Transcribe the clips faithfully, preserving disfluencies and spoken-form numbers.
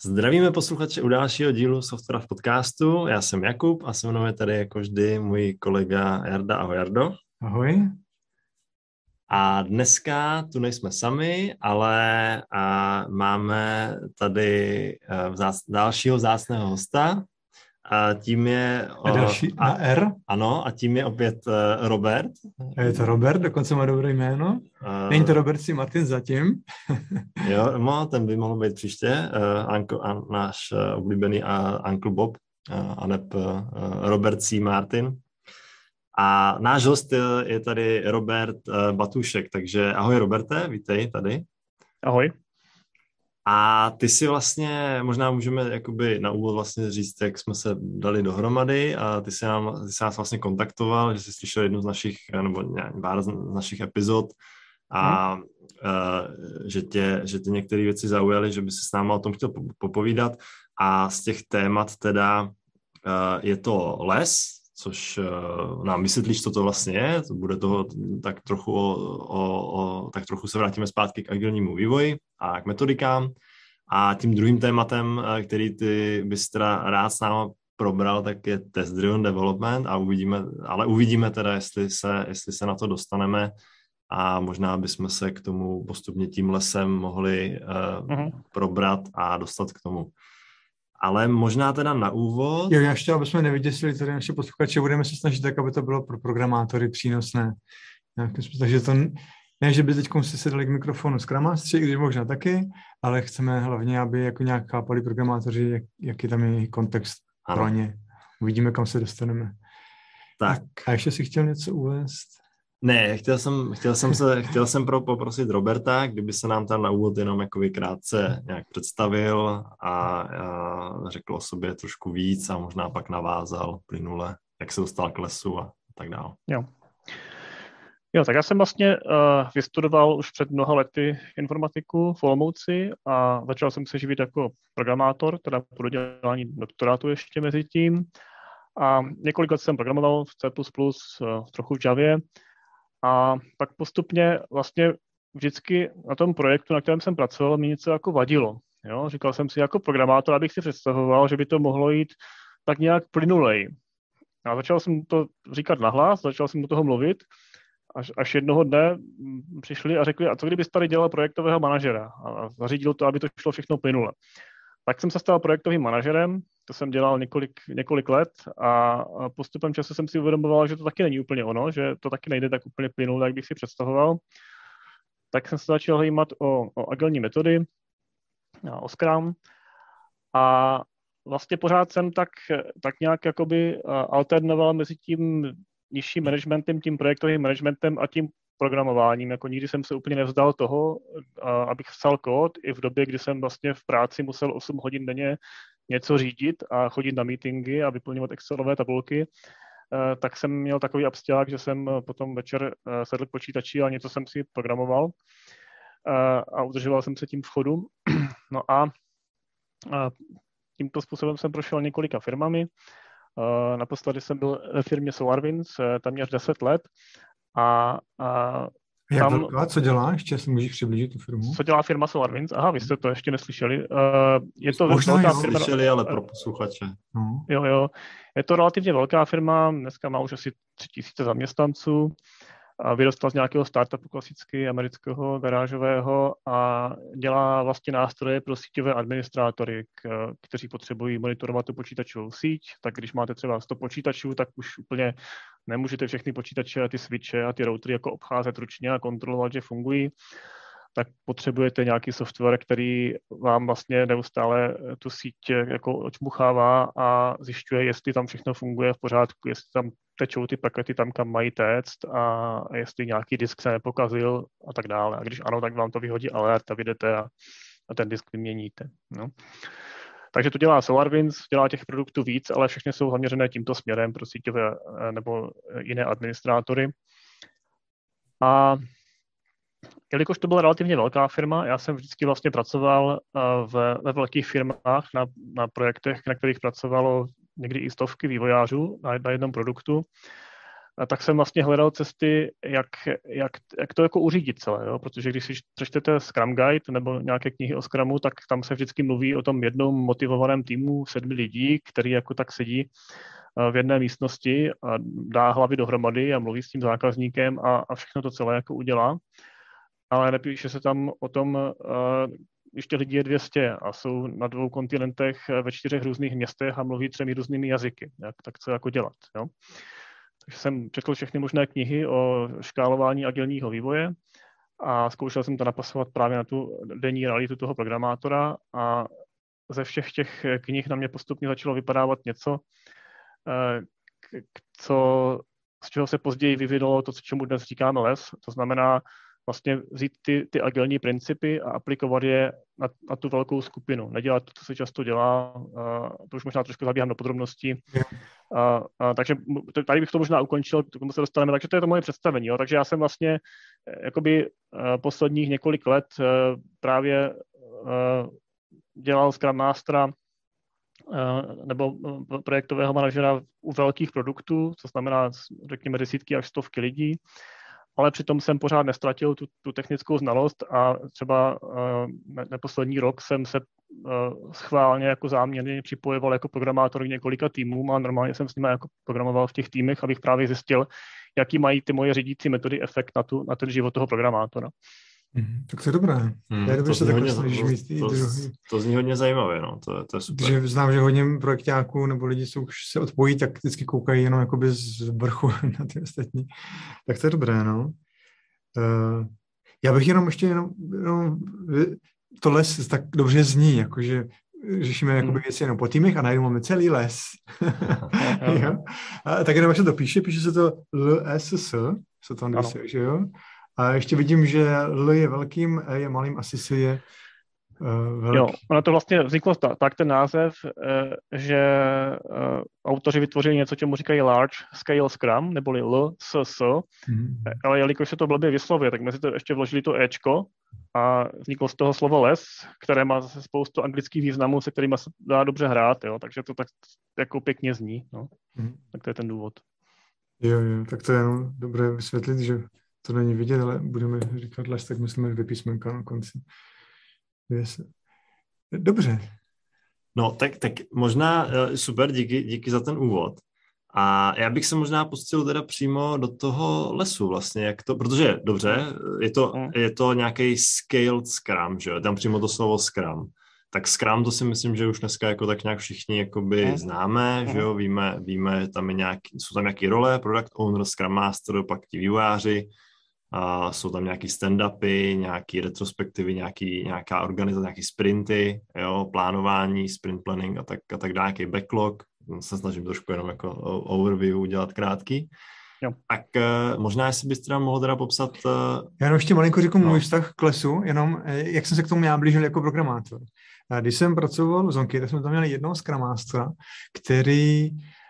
Zdravíme posluchače u dalšího dílu Software v podcastu. Já jsem Jakub a se mnou je tady jako vždy můj kolega Jarda. Ahoj Jardo. Ahoj. A dneska tu nejsme sami, ale a máme tady vzác, dalšího vzácného hosta. A tím je... A další a, na R. Ano, a tím je opět Robert. A je to Robert, dokonce má dobré jméno. Uh, Není to Robert C. Martin zatím. Jo, no, ten by mohl být příště. Uh, uncle, uh, náš uh, oblíbený uh, Uncle Bob, uh, aneb uh, Robert C. Martin. A náš host je tady Robert uh, Batušek, takže ahoj Roberte, vítej tady. Ahoj. A ty si vlastně, možná můžeme jakoby na úvod vlastně říct, jak jsme se dali dohromady a ty si, nám, ty si nás vlastně kontaktoval, že jsi slyšel jednu z našich, nebo pár z našich epizod a hmm. uh, že, tě, že tě některé věci zaujaly, že by si s náma o tom chtěl popovídat a z těch témat teda uh, je to les, což uh, nám vysvětlíš, co to vlastně je, to bude toho tak trochu, o, o, o, tak trochu se vrátíme zpátky k agilnímu vývoji a k metodikám. A tím druhým tématem, který ty bys teda rád s náma probral, tak je test driven development a uvidíme, ale uvidíme teda, jestli se, jestli se na to dostaneme a možná bychom se k tomu postupně tím lesem mohli uh, uh-huh. probrat a dostat k tomu. Ale možná teda na úvod... Jo, já ještě, aby jsme nevyděsili tady naše posluchače, budeme se snažit tak, aby to bylo pro programátory přínosné. Takže to ne, že by teď si sedli k mikrofonu Scrum Masteri, když možná taky, ale chceme hlavně, aby jako nějak chápali programátoři, jak, jaký tam je kontext ano. pro ně. Uvidíme, kam se dostaneme. Tak. A ještě si chtěl něco uvést? Ne, chtěl jsem, chtěl jsem, se, chtěl jsem pro, poprosit Roberta, kdyby se nám tam na úvod jenom jako krátce nějak představil a, a řekl o sobě trošku víc a možná pak navázal plynule, jak se dostal k lesu a tak dále. Jo. Jo, tak já jsem vlastně uh, vystudoval už před mnoha lety informatiku v Olomouci a začal jsem se živit jako programátor, teda po dodělání doktorátu ještě mezi tím. A několik let jsem programoval v C plus plus, uh, trochu v Javě. A pak postupně vlastně vždycky na tom projektu, na kterém jsem pracoval, mi něco jako vadilo. Jo? Říkal jsem si jako programátor, abych si představoval, že by to mohlo jít tak nějak plynulej. A začal jsem to říkat nahlas, začal jsem do toho mluvit, až, až jednoho dne přišli a řekli, a co kdybys tady dělal projektového manažera a zařídil to, aby to šlo všechno plynule. Tak jsem se stal projektovým manažerem, to jsem dělal několik, několik let a postupem času jsem si uvědomoval, že to taky není úplně ono, že to taky nejde tak úplně plynule, jak bych si představoval. Tak jsem se začal zajímat o, o agilní metody, o Scrum a vlastně pořád jsem tak, tak nějak jakoby alternoval mezi tím nižším managementem, tím projektovým managementem a tím programováním. Jako nikdy jsem se úplně nevzdal toho, abych psal kód i v době, kdy jsem vlastně v práci musel osm hodin denně něco řídit a chodit na meetingy a vyplňovat Excelové tabulky, tak jsem měl takový absťák, že jsem potom večer sedl k počítači a něco jsem si programoval a udržoval jsem se tím v chodu. No a tímto způsobem jsem prošel několika firmami. Naposledy jsem byl ve firmě SolarWinds, tam měl deset let. A, a Jak tam, velká? Co dělá? Ještě si můžeš přiblížit tu firmu? Co dělá firma SolarWinds? Aha, vy jste to ještě neslyšeli. Uh, je to Možná velká jo, firma. Slyšeli, ale pro posluchače. No. Jo, jo. Je to relativně velká firma, dneska má už asi tři tisíce zaměstnanců. A vyrostla z nějakého startupu klasicky amerického, garážového a dělá vlastně nástroje pro síťové administrátory, k, kteří potřebují monitorovat tu počítačovou síť. Tak když máte třeba sto počítačů, tak už úplně nemůžete všechny počítače a ty switche a ty routery jako obcházet ručně a kontrolovat, že fungují. Tak potřebujete nějaký software, který vám vlastně neustále tu síť jako očmuchává a zjišťuje, jestli tam všechno funguje v pořádku, jestli tam tečou ty pakety tam, kam mají téct a jestli nějaký disk se nepokazil a tak dále. A když ano, tak vám to vyhodí alert a vyjdete a, a ten disk vyměníte. No. Takže to dělá SolarWinds, dělá těch produktů víc, ale všechny jsou zaměřené tímto směrem pro síťové nebo jiné administrátory. A jelikož to byla relativně velká firma, já jsem vždycky vlastně pracoval ve, ve velkých firmách na, na projektech, na kterých pracovalo někdy i stovky vývojářů na, na jednom produktu. tak jsem vlastně hledal cesty, jak, jak, jak to jako uřídit celé, jo? Protože když si přečtete Scrum Guide nebo nějaké knihy o Scrumu, tak tam se vždycky mluví o tom jednom motivovaném týmu sedmi lidí, který jako tak sedí v jedné místnosti a dá hlavy dohromady a mluví s tím zákazníkem a, a všechno to celé jako udělá. Ale nepíše se tam o tom, když těch lidí je dvě stě a jsou na dvou kontinentech ve čtyřech různých městech a mluví třemi různými jazyky, jak, tak co jako dělat, jo? Takže jsem četl všechny možné knihy o škálování agilního vývoje a zkoušel jsem to napasovat právě na tu denní realitu toho programátora a ze všech těch knih na mě postupně začalo vypadávat něco, co, z čeho se později vyvinulo to, čemu dnes říkáme les. To znamená vlastně vzít ty, ty agilní principy a aplikovat je na, na tu velkou skupinu. Nedělat to, co se často dělá, a to už možná trošku zabíhám do podrobností. A, a, takže tady bych to možná ukončil, k tomu se dostaneme. Takže to je to moje představení. Jo. Takže já jsem vlastně jakoby posledních několik let právě dělal Scrum Mastera nebo projektového manažera u velkých produktů, co znamená, řekněme, desítky až stovky lidí, ale přitom jsem pořád nestratil tu, tu technickou znalost a třeba uh, neposlední rok jsem se uh, schválně jako záměrně připojoval jako programátor k několika týmům a normálně jsem s nimi jako programoval v těch týmech, abych právě zjistil, jaký mají ty moje řídící metody efekt na, tu, na ten život toho programátora. Mm, tak to je dobré. Hmm, já to, se zní hodně, snažíš to, mít i to, druhý. to zní hodně zajímavě, no. to, to je super. Protože znám, že hodně projekťáků nebo lidi, co už se odpojí, tak vždycky koukají jenom jakoby z vrchu na ty ostatní. Tak to je dobré, no. Uh, já bych jenom ještě jenom, jenom to les tak dobře zní, jakože řešíme jakoby hmm. věci jenom po týmech a najednou máme celý les. Jo? A tak jenom, až se to píše, píše se to L S S, se to anglicky, že jo? A ještě vidím, že L je velkým, E je malým, asi si je uh, velký. Jo, ono to vlastně vzniklo tak, tak ten název, uh, že uh, autoři vytvořili něco, čemu říkají Large Scale Scrum, neboli L S S, mm-hmm. ale jelikož se to blbě vyslovuje, tak mezi to ještě vložili to Ečko a vzniklo z toho slovo les, které má zase spoustu anglických významů, se kterými se dá dobře hrát, jo, takže to tak jako pěkně zní, no. Mm-hmm. Tak to je ten důvod. Jo, jo, tak to je jenom dobré vysvětlit, že to není vidět, ale budeme říkat les, tak myslíme dvě písmenka na konci. Yes. Dobře. No, tak, tak možná super, díky, díky za ten úvod. A já bych se možná pustil teda přímo do toho lesu vlastně, jak to, protože dobře, je to, je to nějaký scaled Scrum, že jo, tam přímo to slovo Scrum. Tak Scrum to si myslím, že už dneska jako tak nějak všichni jakoby mm. známe, mm. že jo, víme, víme, tam je nějaký, jsou tam nějaké role, Product Owner, Scrum Master, pak ti vývojáři, a jsou tam nějaký stand-upy, nějaký retrospektivy, nějaký, nějaká organizace, nějaký sprinty, jo, plánování, sprint planning a tak, a tak dále, nějaký backlog, se snažím trošku jenom jako overview udělat krátký. Jo. Tak uh, možná, jestli bys teda mohl teda popsat... Uh, Já jenom ještě malinko řeknu no. můj vztah k lesu, jenom jak jsem se k tomu já blížil jako programátor. Když jsem pracoval v Zonky, tak jsme tam měli jednoho Scrum Mastera, který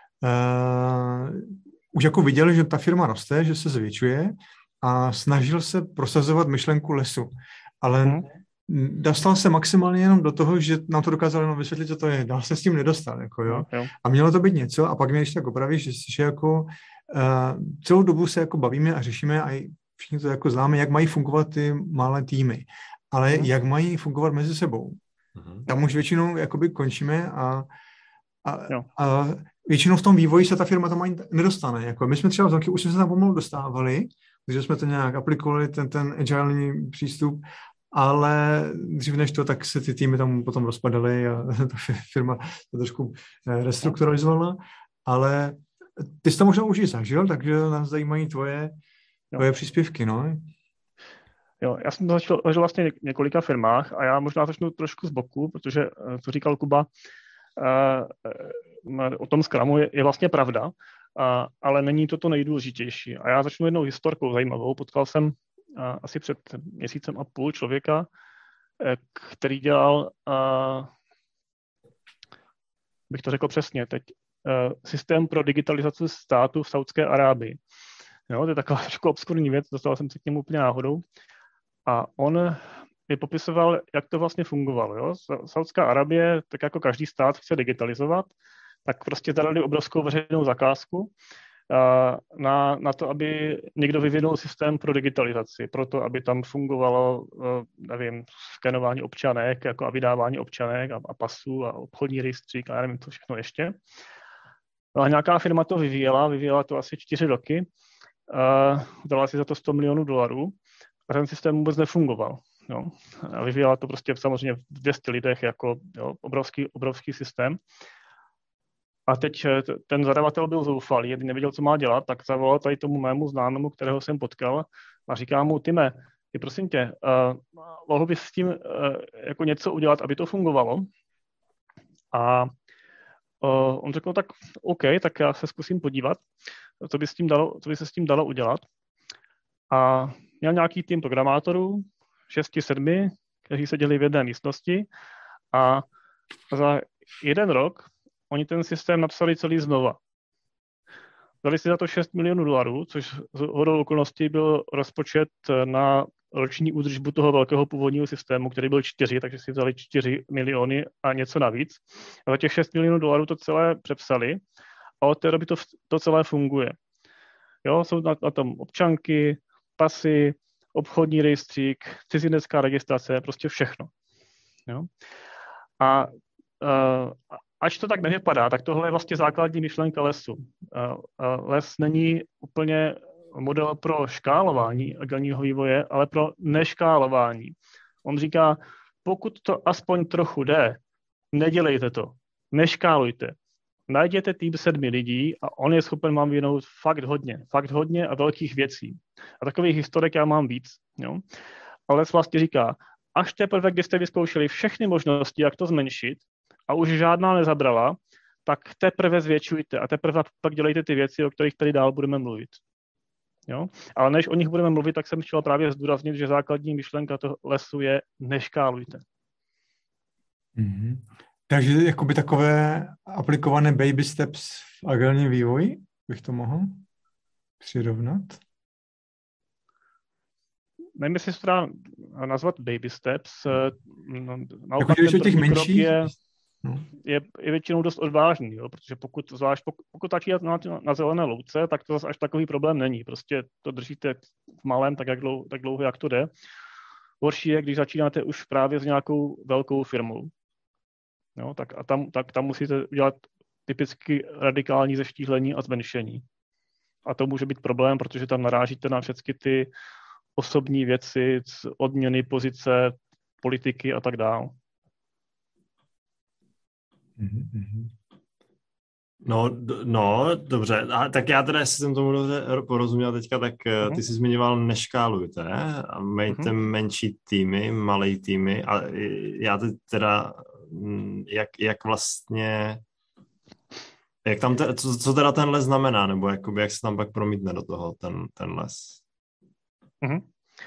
uh, už jako viděl, že ta firma roste, že se zvětšuje a snažil se prosazovat myšlenku lesu. Ale hmm. dostal se maximálně jenom do toho, že nám to dokázal jenom vysvětlit, co to je. Dál se s tím nedostal. Jako, jo? Hmm. A mělo to být něco a pak mě ještě tak opraví, že, že jako uh, celou dobu se jako bavíme a řešíme a všichni to jako známe, jak mají fungovat ty malé týmy. Ale hmm. jak mají fungovat mezi sebou. Hmm. Tam už většinou jakoby končíme a, a, a většinou v tom vývoji se ta firma tam ani nedostane. Jako my jsme třeba v Zonky, už jsme se tam pomalu dostávali, takže jsme to nějak aplikovali, ten, ten agilní přístup, ale dřív než to, tak se ty týmy tam potom rozpadaly a ta firma to trošku restrukturalizovala, ale ty jsi to možná už i zažil, takže nás zajímají tvoje, tvoje příspěvky, no? Jo, já jsem to začal, začal vlastně v několika firmách a já možná začnu trošku z boku, protože, co říkal Kuba, o tom Scrumu je, je vlastně pravda, a, ale není to to nejdůležitější. A já začnu jednou historkou zajímavou. Potkal jsem a, asi před měsícem a půl člověka, který dělal, a, bych to řekl přesně teď, a, systém pro digitalizaci státu v Saudské Arábii. Jo, to je taková trošku obskurní věc, dostal jsem se k němu úplně náhodou. A on mi popisoval, jak to vlastně fungovalo. Jo? Saudská Arabie, tak jako každý stát chce digitalizovat, tak prostě zadali obrovskou veřejnou zakázku, na, na to, aby někdo vyvinul systém pro digitalizaci, pro to, aby tam fungovalo, nevím, skenování občanek jako a vydávání občanek a, a pasů a obchodní rejstřík a já nevím, to všechno ještě. No a nějaká firma to vyvíjela, vyvíjela to asi čtyři roky, dala si za to sto milionů dolarů a ten systém vůbec nefungoval. Jo. A vyvíjela to prostě samozřejmě v dvě stě lidech jako jo, obrovský, obrovský systém. A teď ten zadavatel byl zoufalý, nevěděl, co má dělat, tak zavolal tady tomu mému známému, kterého jsem potkal a říká mu, Time, ty prosím tě, uh, mohl bys s tím uh, jako něco udělat, aby to fungovalo? A uh, on řekl, tak OK, tak já se zkusím podívat, co by, s tím dalo, co by se s tím dalo udělat. A měl nějaký tým programátorů, šesti, sedmi, kteří seděli v jedné místnosti a za jeden rok oni ten systém napsali celý znova. Dali si za to šest milionů dolarů, což z hodou okolností byl rozpočet na roční údržbu toho velkého původního systému, který byl čtyři, takže si vzali čtyři miliony a něco navíc. A za těch šest milionů dolarů to celé přepsali a od té doby to, to celé funguje. Jo, jsou na, na tom občanky, pasy, obchodní rejstřík, cizinecká registrace, prostě všechno. Jo? A uh, ač to tak nevypadá, tak tohle je vlastně základní myšlenka lesu. Les není úplně model pro škálování agilního vývoje, ale pro neškálování. On říká, pokud to aspoň trochu jde, nedělejte to, neškálujte. Najděte tým sedmi lidí a on je schopen vám vyvinout fakt hodně, fakt hodně a velkých věcí. A takových historek já mám víc. Jo? Ale les vlastně říká, až teprve, když jste vyzkoušeli všechny možnosti, jak to zmenšit, a už žádná nezabrala, tak teprve zvětšujte a teprve pak dělejte ty věci, o kterých tady dál budeme mluvit. Jo? Ale než o nich budeme mluvit, tak jsem chtěl právě zdůraznit, že základní myšlenka toho lesu je neškálujte. Mm-hmm. Takže jakoby takové aplikované baby steps v agilním vývoji, bych to mohl přirovnat? Nevím, jestli se to dá nazvat baby steps. Naopak jako, ten těch menších... je, je, je většinou dost odvážný, jo? Protože pokud, zvlášť pokud, pokud začínáte na, na zelené louce, tak to zase až takový problém není. Prostě to držíte v malém tak, jak dlouho, tak dlouho, jak to jde. Horší je, když začínáte už právě s nějakou velkou firmou. Jo? Tak, a tam, tak, tam musíte udělat typicky radikální zeštíhlení a zmenšení. A to může být problém, protože tam narážíte na všechny ty osobní věci, odměny, pozice, politiky a tak dále. No, no, dobře. A tak já teda, jestli jsem tomu dobře porozuměl teďka, tak uh-huh. ty jsi zmiňoval neškálujte a mějte uh-huh. menší týmy, malé týmy a já teď teda, jak, jak vlastně, jak tam, te, co, co teda ten les znamená, nebo jakoby, jak se tam pak promítne do toho ten, ten les? Uh-huh.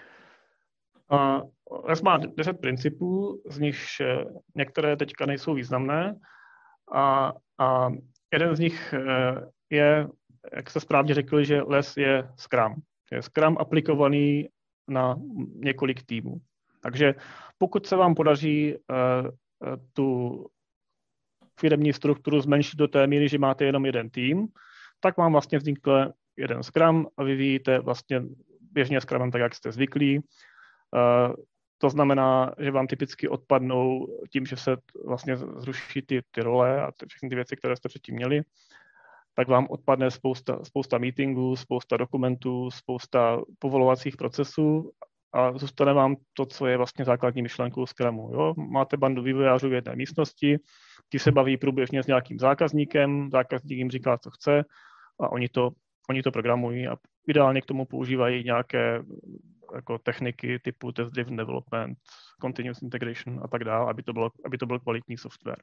Uh, les má deset principů, z nichž některé teďka nejsou významné a, a jeden z nich je, jak jste správně řekli, že les je Scrum. Je Scrum aplikovaný na několik týmů. Takže pokud se vám podaří uh, tu firemní strukturu zmenšit do té míry, že máte jenom jeden tým, tak vám vlastně vznikne jeden Scrum a vyvíjíte vlastně běžně Scrumem tak, jak jste zvyklí. Uh, to znamená, že vám typicky odpadnou tím, že se vlastně zruší ty, ty role a ty, všechny ty věci, které jste předtím měli, tak vám odpadne spousta, spousta meetingů, spousta dokumentů, spousta povolovacích procesů a zůstane vám to, co je vlastně základní myšlenkou Scrumu. Jo? Máte bandu vývojářů v jedné místnosti, ti se baví průběžně s nějakým zákazníkem, zákazník jim říká, co chce a oni to, oni to programují a ideálně k tomu používají nějaké jako techniky typu test-driven development, continuous integration a tak dále, aby to bylo, aby to byl kvalitní software.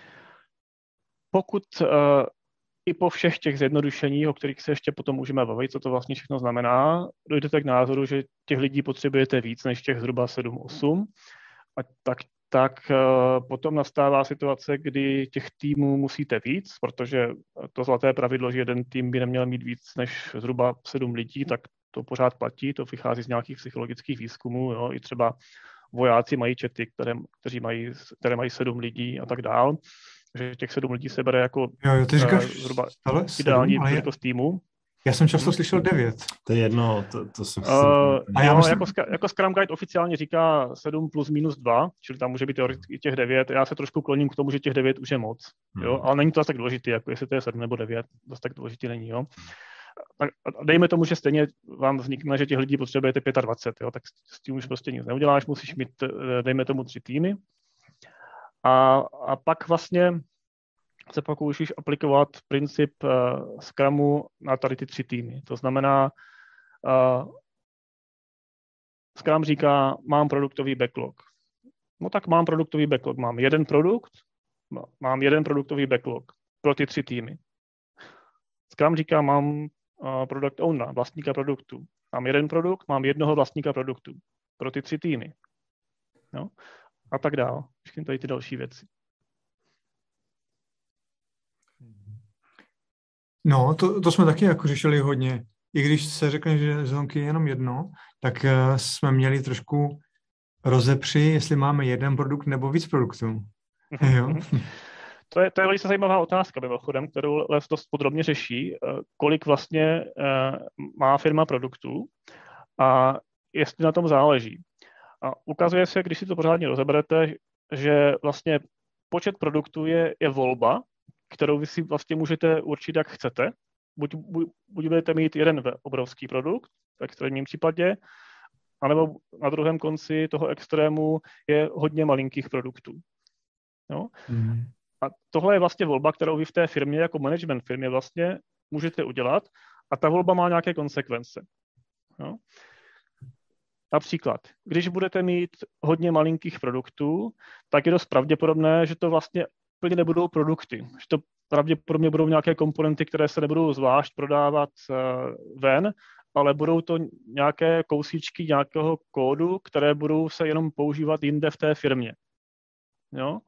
Pokud uh, i po všech těch zjednodušeních, o kterých se ještě potom můžeme bavit, co to vlastně všechno znamená, dojdete k názoru, že těch lidí potřebujete víc než těch zhruba sedm osm, a tak, tak uh, potom nastává situace, kdy těch týmů musíte víc, protože to zlaté pravidlo, že jeden tým by neměl mít víc než zhruba sedm lidí, tak to pořád platí, to vychází z nějakých psychologických výzkumů, jo, i třeba vojáci mají čety, které, kteří mají, které mají sedm lidí a tak dál, že těch sedm lidí se bere jako jo, jo, ty říkáš, uh, zhruba ideální velikost týmu. Já jsem často hmm. slyšel devět. To je jedno, to, to jsem si... Uh, a já jo, myslím... jako, jako Scrum Guide oficiálně říká sedm plus minus dva, čili tam může být teoreticky těch devět. Já se trošku kloním k tomu, že těch devět už je moc. Jo? Hmm. Ale není to zase tak důležitý, jako jestli to je sedm nebo devět, zase tak důležitý není. Jo? Tak dejme tomu, že stejně vám vznikne, že těch lidí potřebujete dvacet pět, jo? Tak s tím už prostě nic neuděláš, musíš mít, dejme tomu, tři týmy. A, a pak vlastně se pokoušíš aplikovat princip uh, Scrumu na tady ty tři týmy. To znamená, uh, Scrum říká, mám produktový backlog. No tak mám produktový backlog. Mám jeden produkt, mám jeden produktový backlog pro ty tři týmy. Scrum říká, mám uh, product owner, vlastníka produktu. Mám jeden produkt, mám jednoho vlastníka produktu pro ty tři týmy. No? A tak dál. Všechny tady ty další věci. No, to, to jsme taky jako řešili hodně. I když se řekne, že zónky je jenom jedno, tak uh, jsme měli trošku rozepři, jestli máme jeden produkt nebo víc produktů. Jo? To je, to je velice zajímavá otázka, mimochodem, kterou Les dost podrobně řeší, kolik vlastně uh, má firma produktů a jestli na tom záleží. A ukazuje se, když si to pořádně rozeberete, že vlastně počet produktů je, je volba, kterou vy si vlastně můžete určit, jak chcete. Buď, buď, buď budete mít jeden obrovský produkt, v extrémním případě, anebo na druhém konci toho extrému je hodně malinkých produktů. Jo? Mm. A tohle je vlastně volba, kterou vy v té firmě jako management firmě vlastně můžete udělat a ta volba má nějaké konsekvence. Jo? Například, když budete mít hodně malinkých produktů, tak je dost pravděpodobné, že to vlastně úplně nebudou produkty. Že to pravděpodobně budou nějaké komponenty, které se nebudou zvlášť prodávat ven, ale budou to nějaké kousíčky nějakého kódu, které budou se jenom používat jinde v té firmě. Jo?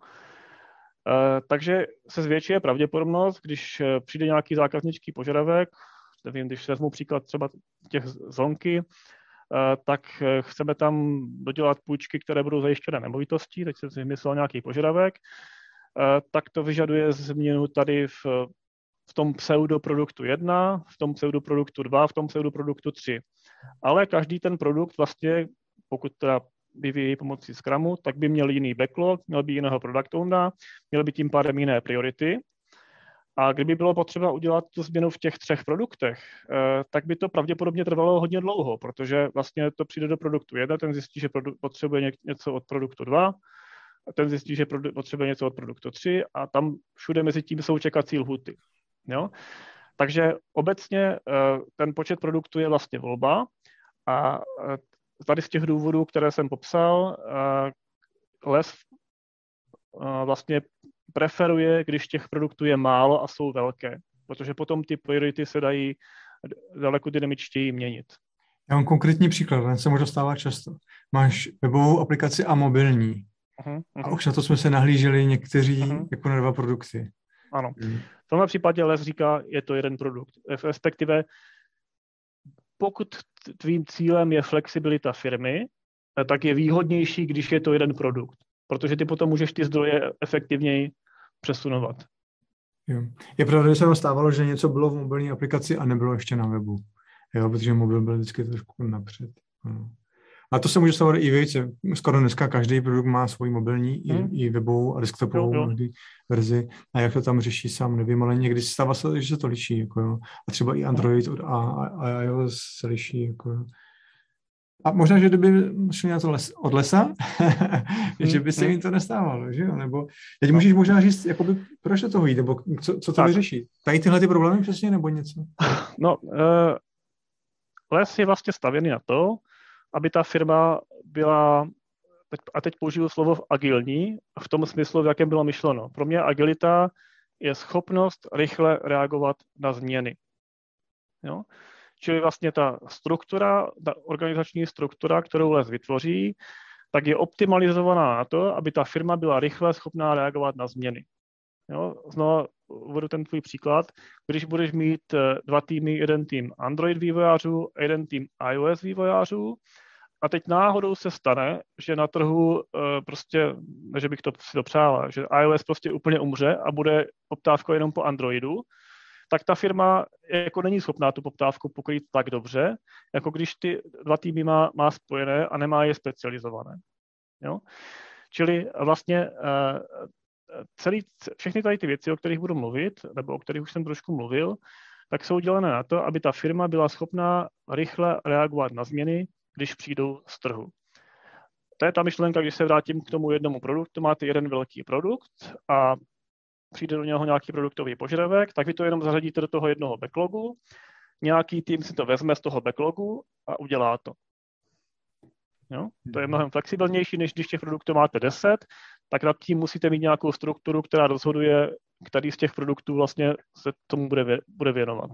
E, takže se zvětšuje pravděpodobnost, když přijde nějaký zákaznický požadavek, nevím, když vezmu příklad třeba těch zonky, tak chceme tam dodělat půjčky, které budou zajištěné nemovitostí, teď jsem si vymyslel nějaký požadavek, tak to vyžaduje změnu tady v, v tom pseudoproduktu jedna, v tom pseudoproduktu dva, v tom pseudoproduktu tři. Ale každý ten produkt vlastně, pokud teda vyvíjí pomocí Scrumu, tak by měl jiný backlog, měl by jiného product ownera, měl by tím pádem jiné priority. A kdyby bylo potřeba udělat tu změnu v těch třech produktech, tak by to pravděpodobně trvalo hodně dlouho, protože vlastně to přijde do produktu jedna, ten zjistí, že potřebuje něco od produktu dva, ten zjistí, že potřebuje něco od produktu tři a tam všude mezi tím jsou čekací lhuty. Jo? Takže obecně ten počet produktů je vlastně volba a tady z těch důvodů, které jsem popsal, Les vlastně preferuje, když těch produktů je málo a jsou velké, protože potom ty priority se dají daleko dynamičtěji měnit. Já mám konkrétní příklad, ten se možná stává často. Máš webovou aplikaci a mobilní. Uh-huh, uh-huh. A už na to jsme se nahlíželi někteří uh-huh. jako na dva produkty. Ano. V tomhle případě Les říká, je to jeden produkt. Respektive, pokud tvým cílem je flexibilita firmy, tak je výhodnější, když je to jeden produkt. Protože ty potom můžeš ty zdroje efektivněji přesunovat. Jo. Je pravda, že se nám stávalo, že něco bylo v mobilní aplikaci a nebylo ještě na webu. Jo, protože mobil byl vždycky trošku napřed. No. A to se může stávat i více. Skoro dneska každý produkt má svůj mobilní hmm. i, i webovou a desktopovou jo, jo. verzi. A jak to tam řeší, sám nevím, ale někdy se stává, že se to liší. Jako jo. A třeba i Android od a, a, a iOS se liší. Jako jo. A možná, že kdyby šli na to les, od lesa, že by se jim to nestávalo, že jo? Nebo teď můžeš možná říct, jakoby, proč do toho jít, nebo co, co to tak vyřeší? Tady tyhle ty problémy přesně, nebo něco? No, uh, les je vlastně stavěný na to, aby ta firma byla, teď, a teď použiju slovo agilní, v tom smyslu, v jakém bylo myšleno. Pro mě agilita je schopnost rychle reagovat na změny. Jo? Čili vlastně ta struktura, ta organizační struktura, kterou Les vytvoří, tak je optimalizovaná na to, aby ta firma byla rychle schopná reagovat na změny. Jo? Znovu uvedu ten tvůj příklad. Když budeš mít dva týmy, jeden tým Android vývojářů a jeden tým iOS vývojářů, a teď náhodou se stane, že na trhu prostě, ne že bych to si dopřála, že iOS prostě úplně umře a bude poptávka jenom po Androidu, tak ta firma jako není schopná tu poptávku pokrýt tak dobře, jako když ty dva týmy má, má spojené a nemá je specializované. Jo? Čili vlastně celý, všechny tady ty věci, o kterých budu mluvit, nebo o kterých už jsem trošku mluvil, tak jsou dělané na to, aby ta firma byla schopná rychle reagovat na změny, když přijdou z trhu. To je ta myšlenka, když se vrátím k tomu jednomu produktu, máte jeden velký produkt a přijde do něho nějaký produktový požadavek, tak vy to jenom zařadíte do toho jednoho backlogu, nějaký tým si to vezme z toho backlogu a udělá to. Jo? To je mnohem flexibilnější, než když těch produktů máte deset, tak nad tím musíte mít nějakou strukturu, která rozhoduje, který z těch produktů vlastně se tomu bude, bude věnovat.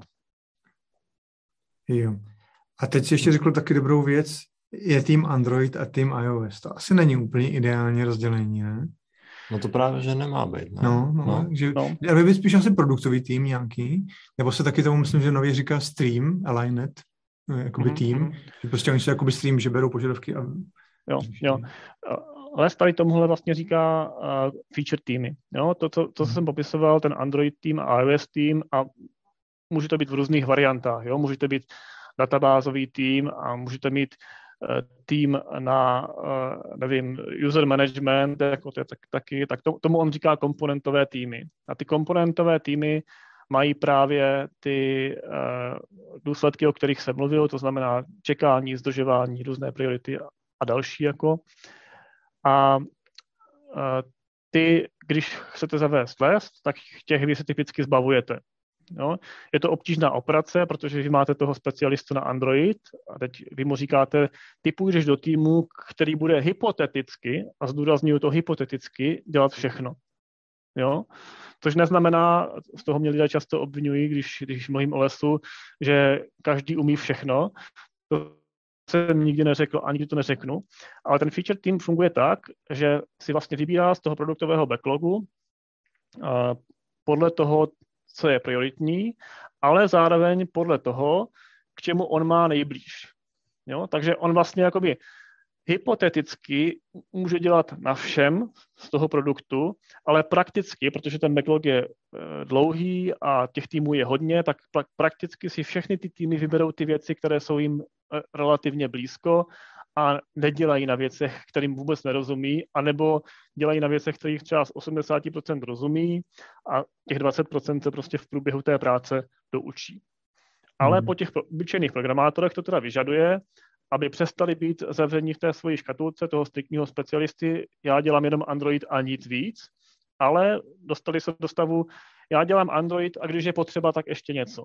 Jo. A teď si ještě řekl taky dobrou věc, je tým Android a tým iOS. To asi není úplně ideální rozdělení, ne? No to právě, že nemá být, ne? No, no, no. Že, no. Ale by spíš asi produktový tým nějaký, nebo se taky tomu myslím, že nově říká stream, aligned, jakoby mm-hmm. tým, že prostě oni jsou jakoby stream, že berou požadavky a... Jo, jo. Les tady tomuhle vlastně říká uh, feature týmy. Jo? To, to, to, co jsem popisoval, ten Android tým a iOS tým a může to být v různých variantách. Jo? Můžete být databázový tým a můžete mít uh, tým na, uh, nevím, user management, jako to je tak, taky, tak to, tomu on říká komponentové týmy. A ty komponentové týmy mají právě ty uh, důsledky, o kterých jsem mluvil, to znamená čekání, zdržování, různé priority a, a další jako. A ty, když chcete zavést lest, tak těch vy se typicky zbavujete. Jo? Je to obtížná operace, protože vy máte toho specialistu na Android a teď vy mu říkáte, ty půjdeš do týmu, který bude hypoteticky, a zdůrazňuji to hypoteticky, dělat všechno. Jo? Což neznamená, z toho mě lidé často obvinují, když, když mluvím o lesu, že každý umí všechno. To jsem nikdy neřekl, ani to neřeknu, ale ten feature team funguje tak, že si vlastně vybírá z toho produktového backlogu uh, podle toho, co je prioritní, ale zároveň podle toho, k čemu on má nejblíž. Jo? Takže on vlastně jakoby hypoteticky může dělat na všem z toho produktu, ale prakticky, protože ten backlog je dlouhý a těch týmů je hodně, tak prakticky si všechny ty týmy vyberou ty věci, které jsou jim relativně blízko a nedělají na věcech, kterým vůbec nerozumí, anebo dělají na věcech, kterých třeba z osmdesát procent rozumí a těch dvacet procent se prostě v průběhu té práce doučí. Ale hmm. po těch obyčejných programátorech to teda vyžaduje, aby přestali být zavření v té svojí škatulce toho striktního specialisty, já dělám jenom Android a nic víc, ale dostali se do stavu, já dělám Android a když je potřeba, tak ještě něco.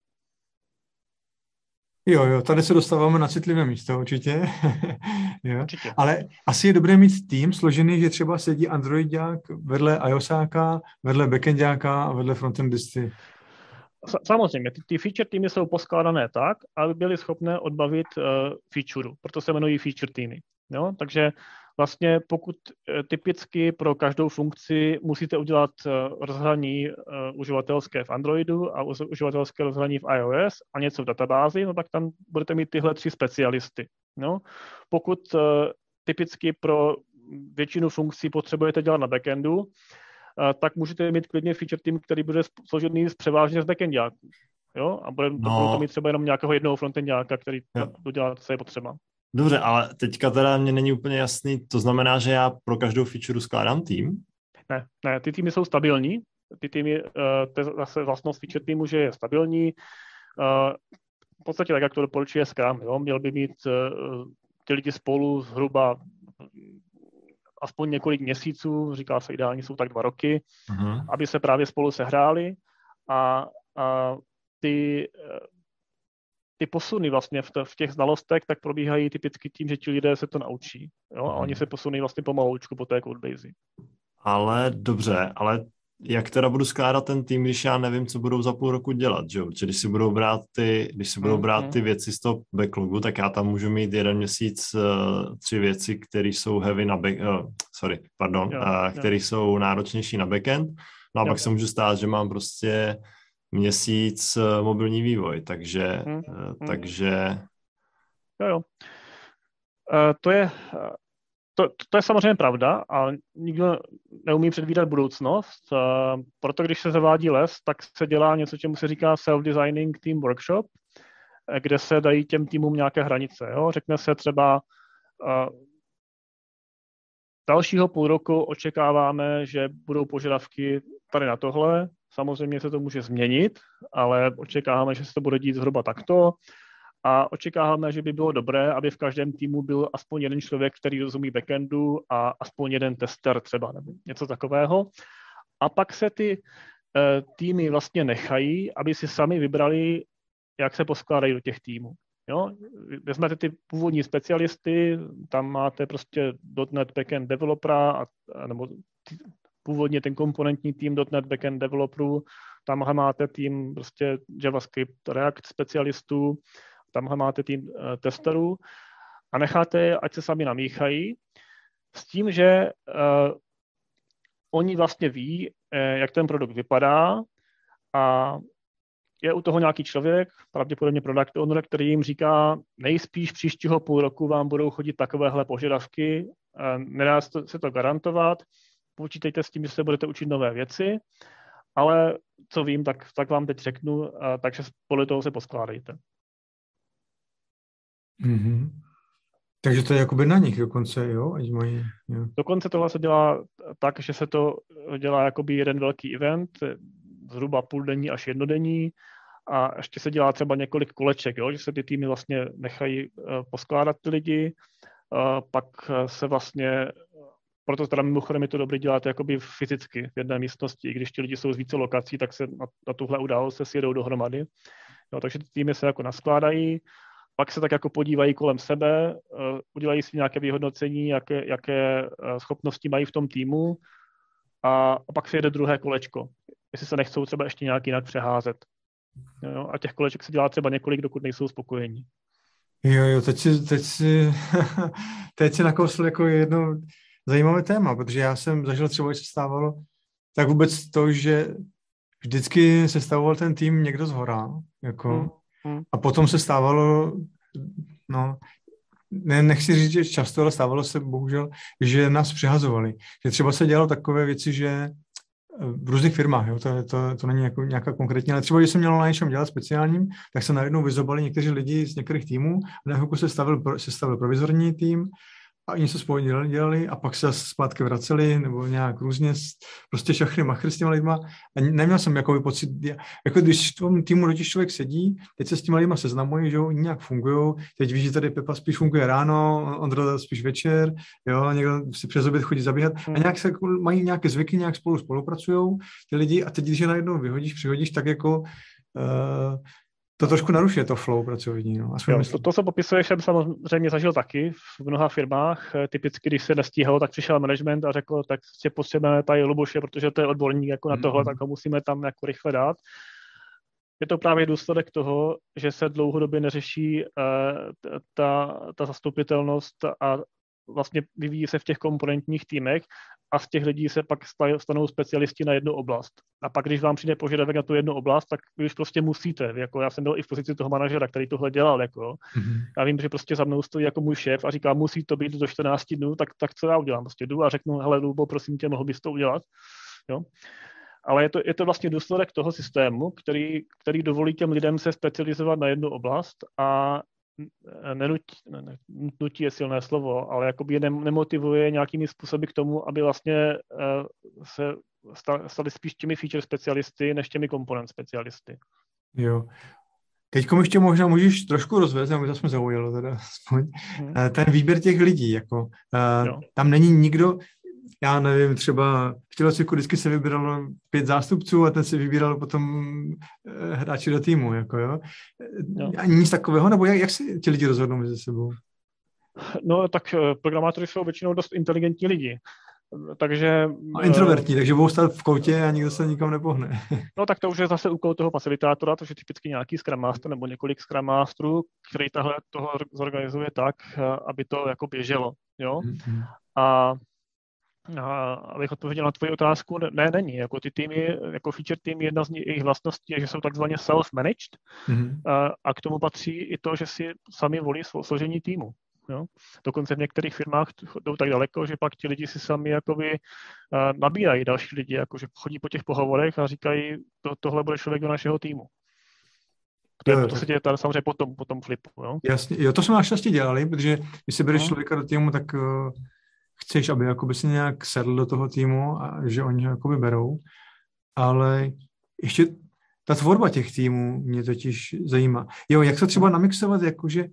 Jo, jo, tady se dostáváme na citlivé místo, určitě. jo. určitě. Ale asi je dobré mít tým složený, že třeba sedí Androidák vedle iOSáka, vedle backendáka a vedle frontendisty. Samozřejmě, ty, ty feature týmy jsou poskládané tak, aby byly schopné odbavit uh, featureu, proto se jmenují feature týmy. Jo? Takže vlastně pokud uh, typicky pro každou funkci musíte udělat uh, rozhraní uh, uživatelské v Androidu a uživatelské rozhraní v iOS a něco v databázi, no tak tam budete mít tyhle tři specialisty. Jo? Pokud uh, typicky pro většinu funkcí potřebujete dělat na backendu, tak můžete mít klidně feature team, který bude složený z převážně z backendáků. Jo? A bude no. to mít třeba jenom nějakého jednoho frontendáka, který dodělá, co je potřeba. Dobře, ale teďka teda mě není úplně jasný, to znamená, že já pro každou feature skládám tým? Ne, ne, ty týmy jsou stabilní. Ty týmy, to je zase vlastnost feature týmu, že je stabilní. V podstatě tak, jak to doporučuje Scrum. Jo? Měl by mít ty lidi spolu zhruba aspoň několik měsíců, říká se ideálně jsou tak dva roky, uh-huh. aby se právě spolu sehráli a, a ty, ty posuny vlastně v, t- v těch znalostech tak probíhají typicky tím, že ti lidé se to naučí. Jo? A oni se posunují vlastně pomaloučku po té codebase. Ale dobře, ale jak teda budu skládat ten tým, když já nevím, co budou za půl roku dělat, že jo? Když si budou brát ty, když si budou brát ty věci z toho backlogu, tak já tam můžu mít jeden měsíc uh, tři věci, které jsou heavy na back, uh, sorry, pardon, jo, uh, které jsou náročnější na backend. No a jo. pak se může stát, že mám prostě měsíc uh, mobilní vývoj, takže, hmm. uh, takže... Jo, jo. Uh, to je... Uh... To, to je samozřejmě pravda, ale nikdo neumí předvídat budoucnost. Proto když se zavádí les, tak se dělá něco, čemu se říká self-designing team workshop, kde se dají těm týmům nějaké hranice. Jo? Řekne se třeba, dalšího půl roku očekáváme, že budou požadavky tady na tohle. Samozřejmě se to může změnit, ale očekáváme, že se to bude dít zhruba takto. A očekáváme, že by bylo dobré, aby v každém týmu byl aspoň jeden člověk, který rozumí backendu a aspoň jeden tester třeba, nebo něco takového. A pak se ty uh, týmy vlastně nechají, aby si sami vybrali, jak se poskládají do těch týmů. Jo? Vezmete ty původní specialisty, tam máte prostě .NET backend developera, a, a, nebo ty, původně ten komponentní tým .NET backend developerů, tamhle máte tým prostě JavaScript, React specialistů, tamhle máte tým uh, testerů a necháte je, ať se sami namíchají, s tím, že uh, oni vlastně ví, uh, jak ten produkt vypadá a je u toho nějaký člověk, pravděpodobně product owner, který jim říká, nejspíš příštího půl roku vám budou chodit takovéhle požadavky, uh, nedá se to garantovat, počítejte s tím, že se budete učit nové věci, ale co vím, tak, tak vám teď řeknu, uh, takže podle toho se poskládejte. Mm-hmm. Takže to je jakoby na nich dokonce, jo? Ať mají, jo. Dokonce tohle se dělá tak, že se to dělá jakoby jeden velký event, zhruba půldenní až jednodenní a ještě se dělá třeba několik koleček, jo? Že se ty týmy vlastně nechají uh, poskládat ty lidi, uh, pak se vlastně, proto teda mimochodem je to dobré dělat jakoby fyzicky v jedné místnosti, i když ti lidi jsou z více lokací, tak se na, na tuhle událost se sjedou dohromady. Jo, takže ty týmy se jako naskládají, pak se tak jako podívají kolem sebe, uh, udělají si nějaké vyhodnocení, jaké, jaké uh, schopnosti mají v tom týmu a, a pak se jede druhé kolečko, jestli se nechcou třeba ještě nějak jinak přeházet. Jo, a těch koleček se dělá třeba několik, dokud nejsou spokojení. Jo, jo, teď si, teď si, teď si nakousl jako jedno zajímavé téma, protože já jsem zažil třeba, když se stávalo, tak vůbec to, že vždycky se stavoval ten tým někdo zhora, jako, hmm. Hmm. A potom se stávalo, no, ne, nechci říct, že často, ale stávalo se bohužel, že nás přihazovali. Že třeba se dělalo takové věci, že v různých firmách, jo, to, to, to není jako nějaká konkrétní, ale třeba, když se mělo na něčem dělat speciálním, tak se najednou vyzobali někteří lidi z některých týmů a na chvilku se stavil, se stavil provizorní tým a něco spolu dělali, dělali a pak se zpátky vraceli nebo nějak různě prostě šachry machry s těma lidma a neměl jsem jakoby pocit, jako když v tom týmu totiž člověk sedí, teď se s těma lidma seznamuje, že jo, nějak fungujou, teď víš, že tady Pepa spíš funguje ráno, Ondra spíš večer, jo, někdo si přes oběd chodí zabíhat a nějak se mají nějaké zvyky, nějak spolu spolupracujou ty lidi a teď, když je najednou vyhodíš, přihodíš, tak jako uh, to trošku narušuje to flow pracovní. No. Jo, to, to, co popisuješ, jsem samozřejmě zažil taky v mnoha firmách. Typicky, když se nestíhalo, tak přišel management a řekl, tak si potřebujeme tady Luboše, protože to je odborník jako na tohle, mm-hmm. tak ho musíme tam jako rychle dát. Je to právě důsledek toho, že se dlouhodobě neřeší uh, ta, ta zastupitelnost a vlastně vyvíjí se v těch komponentních týmech a z těch lidí se pak stanou specialisti na jednu oblast. A pak, když vám přijde požadavek na tu jednu oblast, tak vy už prostě musíte. Jako já jsem byl i v pozici toho manažera, který tohle dělal. Jako. Mm-hmm. Já vím, že prostě za mnou stojí jako můj šéf a říká, musí to být do čtrnácti dnů, tak, tak co já udělám? Prostě jdu a řeknu, hele, Lubo, prosím tě, mohl bys to udělat? Jo? Ale je to, je to vlastně důsledek toho systému, který, který dovolí těm lidem se specializovat na jednu oblast a nenutí, ne, nutí je silné slovo, ale jakoby je nemotivuje nějakými způsoby k tomu, aby vlastně uh, se stali spíš těmi feature specialisty, než těmi komponent specialisty. Jo. Teďko ještě možná můžeš trošku rozvést, aby to jsme zaujalo teda aspoň. Hmm. Ten výběr těch lidí, jako uh, tam není nikdo, já nevím, třeba v tělocviku vždycky se vybíralo pět zástupců a ten se vybíral potom hráči do týmu, jako jo. jo. Ani nic takového, nebo jak, jak si ti lidi rozhodnou mezi sebou? No tak programátoři jsou většinou dost inteligentní lidi, takže... A introvertní, takže budou stát v koutě a nikdo se nikam nepohne. No tak to už je zase úkol toho facilitátora, to je typicky nějaký Scrum Master nebo několik Scrum Masterů, který tahle toho zorganizuje tak, aby to jako běželo, jo. Mm-hmm. A A abych odpověděl na tvoji otázku, ne, není. Jako ty týmy, jako feature tým, jedna z jejich vlastností je, že jsou takzvaně self-managed mm-hmm. a, a k tomu patří i to, že si sami volí složení týmu. Jo? Dokonce v některých firmách jdou tak daleko, že pak ti lidi si sami jakoby uh, nabírají další lidi, jakože chodí po těch pohovorech a říkají, to, tohle bude člověk do našeho týmu. To, je, to se děje tady samozřejmě po tom, po tom flipu. Jo? Jasně, jo, to jsme naštěstí dělali, protože když si bereš člověka do týmu, tak uh, chceš, aby jakoby si nějak sedl do toho týmu a že oni ho jakoby berou, ale ještě ta tvorba těch týmů mě totiž zajímá. Jo, jak to třeba namixovat, jakože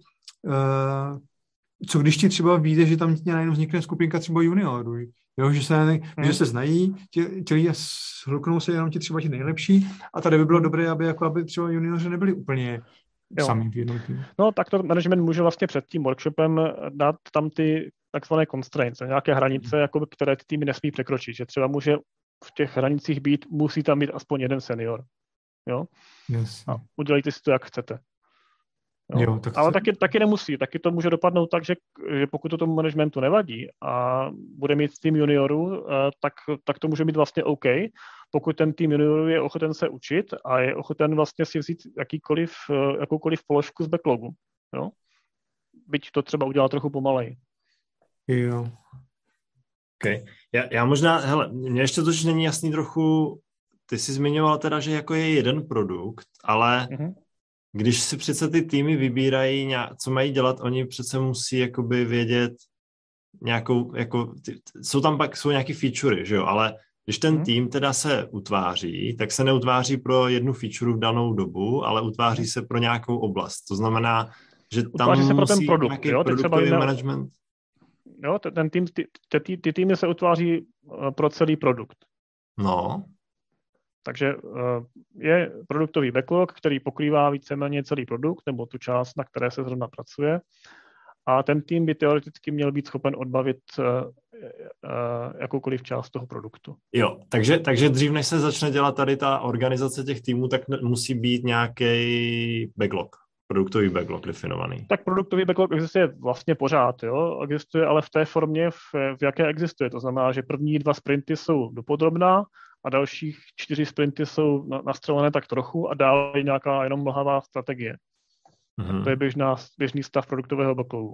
uh, co když ti třeba vyjde, že tam najednou vznikne skupinka třeba juniorů, jo, že se, hmm. že se znají, ti, ti lidi shluknou se jenom ti třeba ti nejlepší a tady by bylo dobré, aby, jako, aby třeba junioři nebyli úplně jo. sami v jednom týmu. No, tak to management může vlastně před tím workshopem dát tam ty takzvané constraints, nějaké hranice, hmm. jako, které ty týmy nesmí překročit, že třeba může v těch hranicích být, musí tam být aspoň jeden senior. Jo? Yes. A udělejte si to, jak chcete. Jo? Jo, tak ale se... taky, taky nemusí. Taky to může dopadnout tak, že, že pokud to tomu managementu nevadí a bude mít tým juniorů, tak, tak to může být vlastně OK, pokud ten tým juniorů je ochoten se učit a je ochoten vlastně si vzít jakýkoliv, jakoukoliv položku z backlogu. Jo? Byť to třeba udělá trochu pomaleji. Jo. Okay. Já, já možná, hele, mně ještě totiž není jasný trochu, ty jsi zmiňoval teda, že jako je jeden produkt, ale mm-hmm. když si přece ty týmy vybírají, nějak, co mají dělat, oni přece musí jakoby vědět nějakou, jako, ty, jsou tam pak, jsou nějaký featurey, že jo, ale když ten mm-hmm. tým teda se utváří, tak se neutváří pro jednu feature v danou dobu, ale utváří se pro nějakou oblast. To znamená, že tam utváří se musí pro ten produkt, nějaký jo, produktový management. Jo, ten tým, ty, ty, ty týmy se utváří pro celý produkt. No. Takže je produktový backlog, který pokrývá víceméně celý produkt, nebo tu část, na které se zrovna pracuje. A ten tým by teoreticky měl být schopen odbavit jakoukoliv část toho produktu. Jo, takže, takže dřív, než se začne dělat tady ta organizace těch týmů, tak musí být nějaký backlog. Produktový backlog definovaný. Tak produktový backlog existuje vlastně pořád, jo? Existuje ale v té formě, v, v jaké existuje. To znamená, že první dva sprinty jsou dopodrobná a dalších čtyři sprinty jsou nastřelené tak trochu a dále je nějaká jenom mlhavá strategie. Mm-hmm. To je běžná, běžný stav produktového backlogu.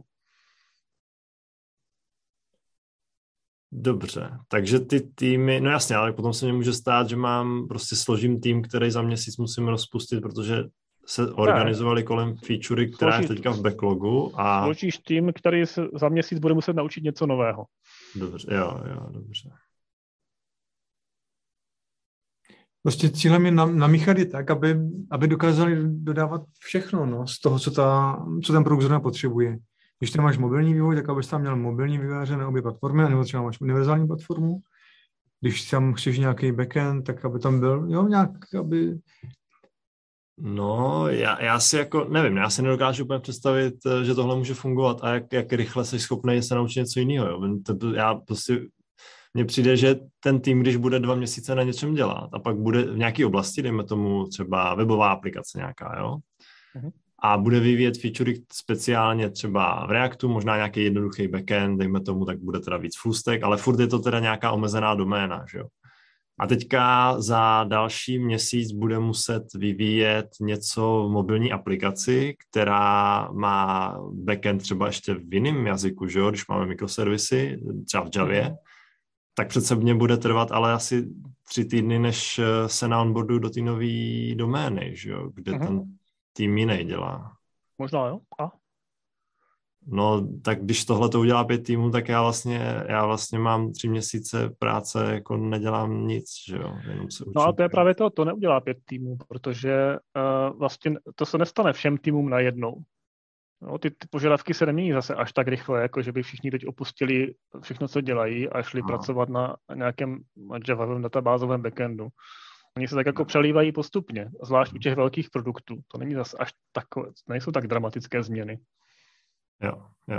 Dobře, takže ty týmy, no jasně, ale potom se mi může stát, že mám, prostě složím tým, který za měsíc musím rozpustit, protože se organizovali ne. kolem featurey, která Složit. je teďka v backlogu. A... Složíš tým, který se za měsíc bude muset naučit něco nového. Dobře, jo, jo, dobře. Prostě cílem je namíchat je tak, aby, aby dokázali dodávat všechno no, z toho, co, ta, co ten produkt zrovna potřebuje. Když tam máš mobilní vývoj, tak abys tam měl mobilní vývojáře na obě platformy, nebo třeba máš univerzální platformu. Když tam chceš nějaký backend, tak aby tam byl, jo, nějak, aby... No, já, já si jako, nevím, já si nedokážu úplně představit, že tohle může fungovat a jak, jak rychle jsi schopný se naučit něco jiného, jo. Já prostě, mně přijde, že ten tým, když bude dva měsíce na něčem dělat a pak bude v nějaké oblasti, dejme tomu třeba webová aplikace nějaká, jo, mhm. a bude vyvíjet featurey speciálně třeba v Reactu, možná nějaký jednoduchý backend, dejme tomu, tak bude teda víc full stack, ale furt je to teda nějaká omezená doména, že jo. A teďka za další měsíc bude muset vyvíjet něco v mobilní aplikaci, která má backend třeba ještě v jiném jazyku, že jo, když máme mikroservisy, třeba v Javě, mm. tak přece mě bude trvat ale asi tři týdny, než se na onboardu do té nové domény, že jo, kde mm. ten tým jiný dělá. Možná, jo. A? No, tak když tohle to udělá pět týmů, tak já vlastně, já vlastně mám tři měsíce práce, jako nedělám nic, že jo, jenom se učím. No a to je právě to, to neudělá pět týmů, protože uh, vlastně to se nestane všem týmům najednou. No, ty, ty požadavky se nemění zase až tak rychle, jako že by všichni teď opustili všechno, co dělají a šli no. pracovat na nějakém javovém databázovém backendu. Oni se tak jako přelívají postupně, zvlášť u těch velkých produktů. To není zase až takové, nejsou tak dramatické změny. Jo, jo.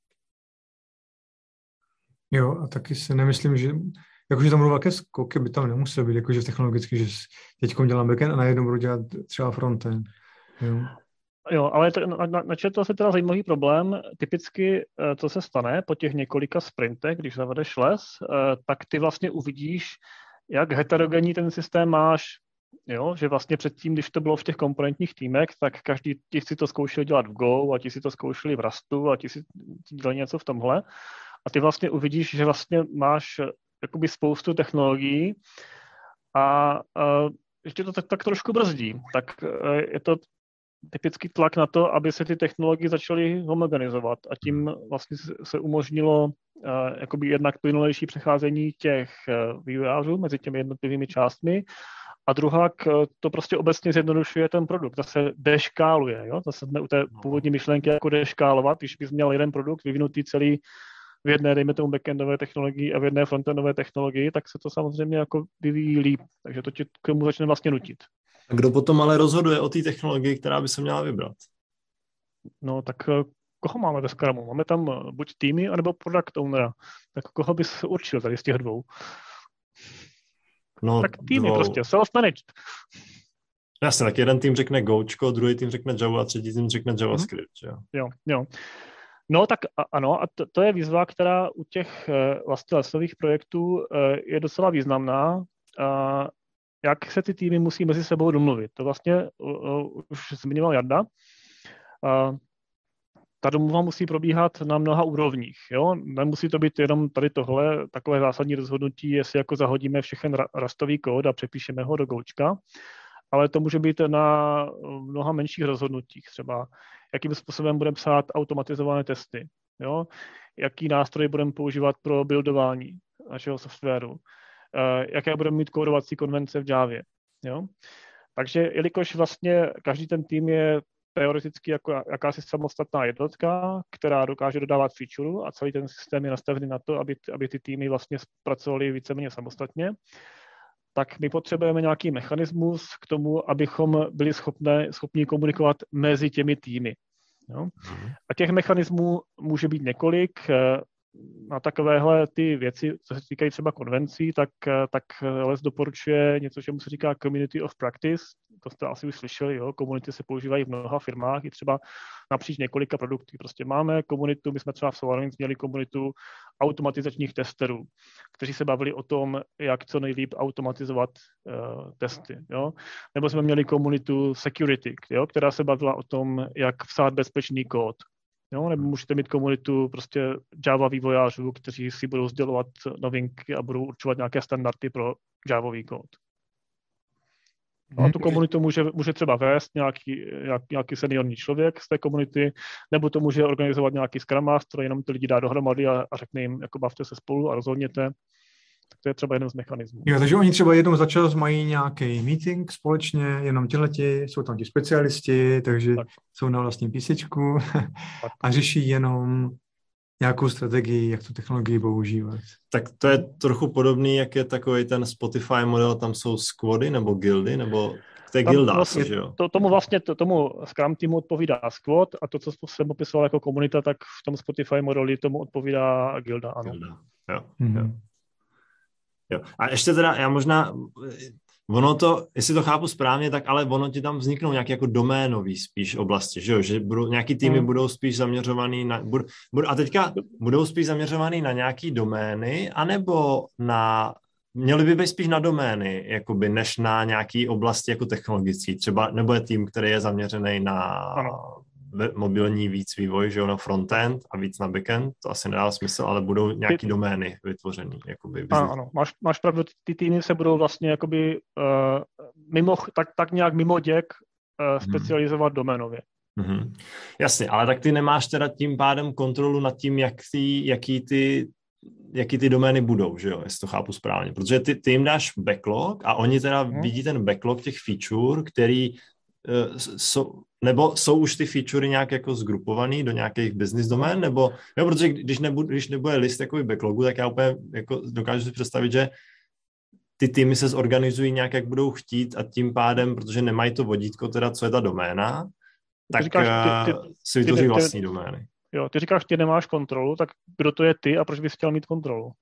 Jo, a taky si nemyslím, že jakože tam budou velké skoky, by tam nemuselo být, jakože technologicky, že teď dělám backend a najednou budu dělat třeba frontend. Jo, jo ale to, na, na, načetl se teda zajímavý problém. Typicky, co se stane po těch několika sprintech, když zavedeš les, tak ty vlastně uvidíš, jak heterogenní ten systém máš jo, že vlastně předtím, když to bylo v těch komponentních týmech, tak každý ti si to zkoušel dělat v Go a ti si to zkoušeli v Rustu a ti si dělali něco v tomhle. A ty vlastně uvidíš, že vlastně máš jakoby spoustu technologií a, a ještě to tak, tak trošku brzdí. Tak je to typický tlak na to, aby se ty technologie začaly homogenizovat a tím vlastně se umožnilo uh, jakoby jednak plynulejší přecházení těch uh, vývojářů mezi těmi jednotlivými částmi a druhá to prostě obecně zjednodušuje ten produkt, zase deškáluje, jo? Zase jsme u té původní myšlenky jako deškálovat, když bys měl jeden produkt vyvinutý celý v jedné, dejme tomu, backendové technologii a v jedné frontendové technologii, tak se to samozřejmě jako vyvíjí líp, takže to tě k tomu začne vlastně nutit. A kdo potom ale rozhoduje o té technologii, která by se měla vybrat? No tak koho máme ve Scrumu? Máme tam buď týmy, anebo product ownera. Tak koho bys určil tady z těch dvou? No, tak týmy dvou. prostě, self-managed. Jasně, tak jeden tým řekne Gočko, druhý tým řekne Java a třetí tým řekne JavaScript. Mm-hmm. Jo, jo. No tak a, ano, a to, to je výzva, která u těch vlastně lesových projektů je docela významná. A jak se ty týmy musí mezi sebou domluvit. To vlastně uh, už zmiňoval Jarda. Uh, ta domluva musí probíhat na mnoha úrovních. Jo? Nemusí to být jenom tady tohle, takové zásadní rozhodnutí, jestli jako zahodíme všechen rastový kód a přepíšeme ho do Gočka, ale to může být na mnoha menších rozhodnutích. Třeba jakým způsobem budeme psát automatizované testy. Jo? Jaký nástroj budeme používat pro buildování našeho softwaru. Uh, jaké budeme mít kódovací konvence v Javě. Jo? Takže jelikož vlastně každý ten tým je teoreticky jako jakási samostatná jednotka, která dokáže dodávat feature a celý ten systém je nastavený na to, aby, aby ty týmy vlastně pracovaly víceméně samostatně, tak my potřebujeme nějaký mechanismus k tomu, abychom byli schopné, schopni komunikovat mezi těmi týmy. Jo? A těch mechanismů může být několik. Na takovéhle ty věci, co se týkají třeba konvencí, tak, tak les doporučuje něco, čemu se říká Community of Practice. To jste asi už slyšeli, jo? Komunity se používají v mnoha firmách i třeba napříč několika produktů. Prostě máme komunitu, my jsme třeba v SolarWinds měli komunitu automatizačních testerů, kteří se bavili o tom, jak co nejlíp automatizovat uh, testy. Jo? Nebo jsme měli komunitu Security, jo? Která se bavila o tom, jak psát bezpečný kód. Jo, nebo můžete mít komunitu prostě Java vývojářů, kteří si budou sdělovat novinky a budou určovat nějaké standardy pro Javový kód. No a tu komunitu může, může třeba vést nějaký, nějaký seniorní člověk z té komunity, nebo to může organizovat nějaký Scrum Master, jenom ty lidi dá dohromady a, a řekne jim, jako bavte se spolu a rozhodněte. Tak to je třeba jeden z mechanismů. Jo, takže oni třeba jednou za čas mají nějaký meeting společně, jenom tihleti, jsou tam ti specialisti, takže tak. Jsou na vlastním písečku a řeší jenom nějakou strategii, jak tu technologii používat. Tak to je trochu podobný, jak je takový ten Spotify model, tam jsou squady nebo guildy, nebo to je guilda, vlastně, že jo? To, tomu vlastně, to, tomu Scrum týmu odpovídá squad a to, co jsem popisoval jako komunita, tak v tom Spotify modeli tomu odpovídá guilda, ano. Guilda, jo, mm-hmm. jo. Jo. A ještě teda, já možná, ono to, jestli to chápu správně, tak ale ono ti tam vzniknou nějaké jako doménový spíš oblasti, že jo, že budou, nějaký týmy hmm. budou spíš zaměřovaný na, bud, bud, a teďka budou spíš zaměřovaný na nějaký domény, anebo na, měly by být spíš na domény, jakoby, než na nějaký oblasti jako technologický, třeba, nebo je tým, který je zaměřený na ano. mobilní víc vývoj, že jo, na frontend a víc na backend, to asi nedá smysl, ale budou nějaký ty, domény vytvořený, jakoby. Ano, ano, máš, máš pravdu, ty týmy se budou vlastně jakoby uh, mimo, tak, tak nějak mimo děk uh, specializovat hmm. doménově. Mm-hmm. Jasně, ale tak ty nemáš teda tím pádem kontrolu nad tím, jak ty, jaký ty jaký ty domény budou, že jo, jestli to chápu správně, protože ty, ty jim dáš backlog a oni teda hmm. vidí ten backlog těch feature, který uh, jsou nebo jsou už ty featurey nějak jako zgrupovaný do nějakých business domén, nebo, jo, protože když, nebude, když nebude list takový backlogu, tak já úplně jako dokážu si představit, že ty týmy se zorganizují nějak, jak budou chtít a tím pádem, protože nemají to vodítko, teda co je ta doména, tak říkáš, ty, ty, si vytvoří ty, vlastní ty, domény. Jo, ty říkáš, ty nemáš kontrolu, tak kdo to je ty a proč bys chtěl mít kontrolu?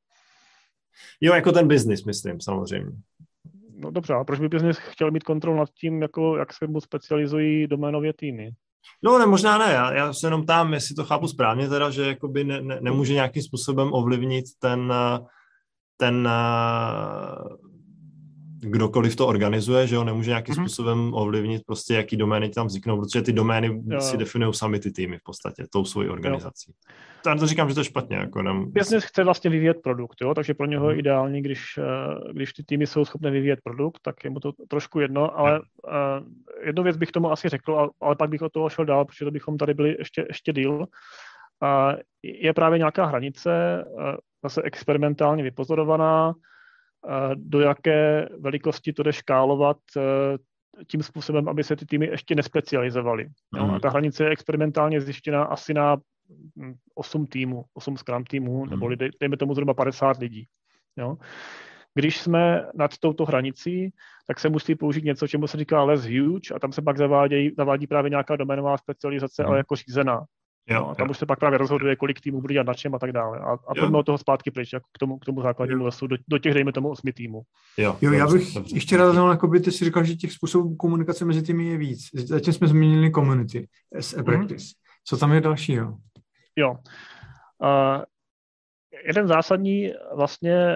Jo, jako ten business, myslím, samozřejmě. No dobře, a proč by business chtěl mít kontrolu nad tím, jako, jak se mu specializují doménově týmy? No ne, možná ne, já, já se jenom tam, jestli to chápu správně, teda, že jakoby ne, ne, nemůže nějakým způsobem ovlivnit ten, ten kdokoliv to organizuje, že jo, nemůže nějakým mm-hmm. způsobem ovlivnit prostě, jaký domény tam vzniknou, protože ty domény jo. si definují sami ty týmy v podstatě, tou svojí organizací. Já to říkám, že to je špatně. Jako nem... Business chce vlastně vyvíjet produkt, jo? Takže pro něho je ideální, když, když ty týmy jsou schopné vyvíjet produkt, tak je mu to trošku jedno, ale uh, jednu věc bych tomu asi řekl, ale pak bych od toho šel dál, protože to bychom tady byli ještě, ještě díl. Uh, je právě nějaká hranice, uh, zase experimentálně vypozorovaná, uh, do jaké velikosti to jde škálovat uh, tím způsobem, aby se ty týmy ještě nespecializovaly. Mm. A ta hranice je experimentálně zjištěná asi na osm týmů, osm Scrum týmů, nebo dejme tomu zhruba padesát lidí. Jo. Když jsme nad touto hranicí, tak se musí použít něco, čemu se říká less huge, a tam se pak zavádějí, zavádí právě nějaká doménová specializace, mm. ale jako řízená. Jo, a tam jo. už se pak právě rozhoduje, kolik týmů bude dělat na čem a tak dále. A, a pojďme od toho zpátky pryč, jako k tomu, k tomu základnímu lesu, do, do těch, dejme tomu, osmi týmů. Jo, jo, já bych dobře, ještě rád znal, jakoby ty si říkal, že těch způsobů komunikace mezi týmy je víc. Zatím jsme změnili community as a practice. Mm. Co tam je dalšího? Jo. Uh, jeden zásadní vlastně,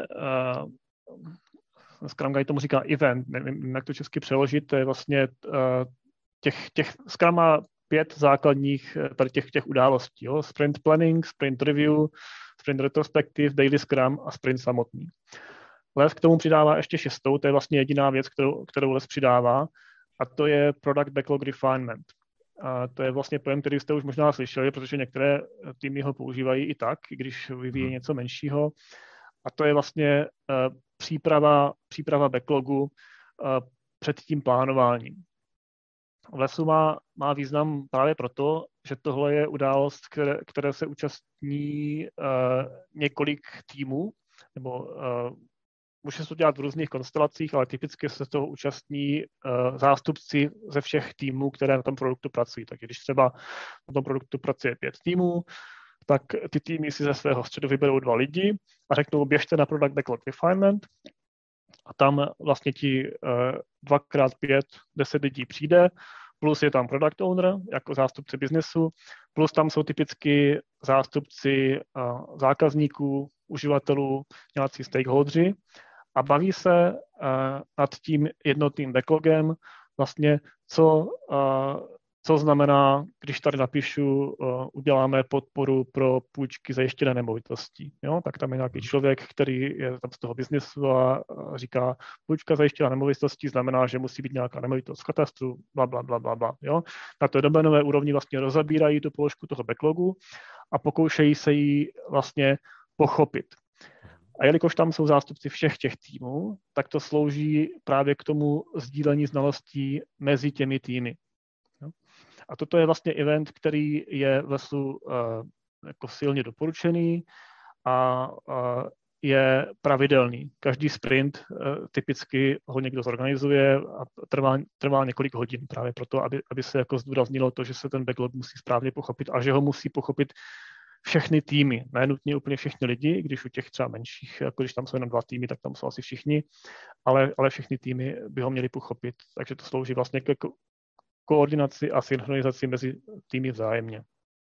uh, Scrum Guide tomu říká event, nevím, jak to česky přeložit, to je vlastně uh, těch, těch Scrum má pět základních tady těch, těch událostí. Jo? Sprint planning, sprint review, sprint retrospective, daily Scrum a sprint samotný. Les k tomu přidává ještě šestou, to je vlastně jediná věc, kterou, kterou Les přidává, a to je product backlog refinement. A to je vlastně pojem, který jste už možná slyšeli, protože některé týmy ho používají i tak, když vyvíjí něco menšího. A to je vlastně uh, příprava, příprava backlogu uh, před tím plánováním. V lesu má, má význam právě proto, že tohle je událost, které, které se účastní uh, několik týmů, nebo uh, může se to dělat v různých konstelacích, ale typicky se toho účastní uh, zástupci ze všech týmů, které na tom produktu pracují. Tak když třeba na tom produktu pracuje pět týmů, tak ty týmy si ze svého středu vyberou dva lidi a řeknou, běžte na product backlog refinement, a tam vlastně ti uh, dvakrát pět, deset lidí přijde, plus je tam product owner jako zástupce biznesu, plus tam jsou typicky zástupci uh, zákazníků, uživatelů, nějací stakeholdři, a baví se uh, nad tím jednotným backlogem, vlastně co, uh, co znamená, když tady napíšu, uh, uděláme podporu pro půjčky zajištěné nemovitostí. Jo? Tak tam je nějaký člověk, který je tam z toho biznesu a uh, říká, půjčka zajištěná nemovitostí znamená, že musí být nějaká nemovitost v katastru, bla, bla, bla, bla, bla. Jo? Na té doménové úrovni vlastně rozabírají tu položku toho backlogu a pokoušejí se ji vlastně pochopit. A jelikož tam jsou zástupci všech těch týmů, tak to slouží právě k tomu sdílení znalostí mezi těmi týmy. A toto je vlastně event, který je v lesu uh, jako silně doporučený a uh, je pravidelný. Každý sprint uh, typicky ho někdo zorganizuje a trvá, trvá několik hodin právě proto, aby, aby se jako zdůraznilo to, že se ten backlog musí správně pochopit a že ho musí pochopit všechny týmy, ne nutně úplně všichni lidi, když u těch třeba menších, jako když tam jsou jenom dva týmy, tak tam jsou asi všichni, ale, ale všechny týmy by ho měli pochopit. Takže to slouží vlastně k koordinaci a synchronizaci mezi týmy vzájemně.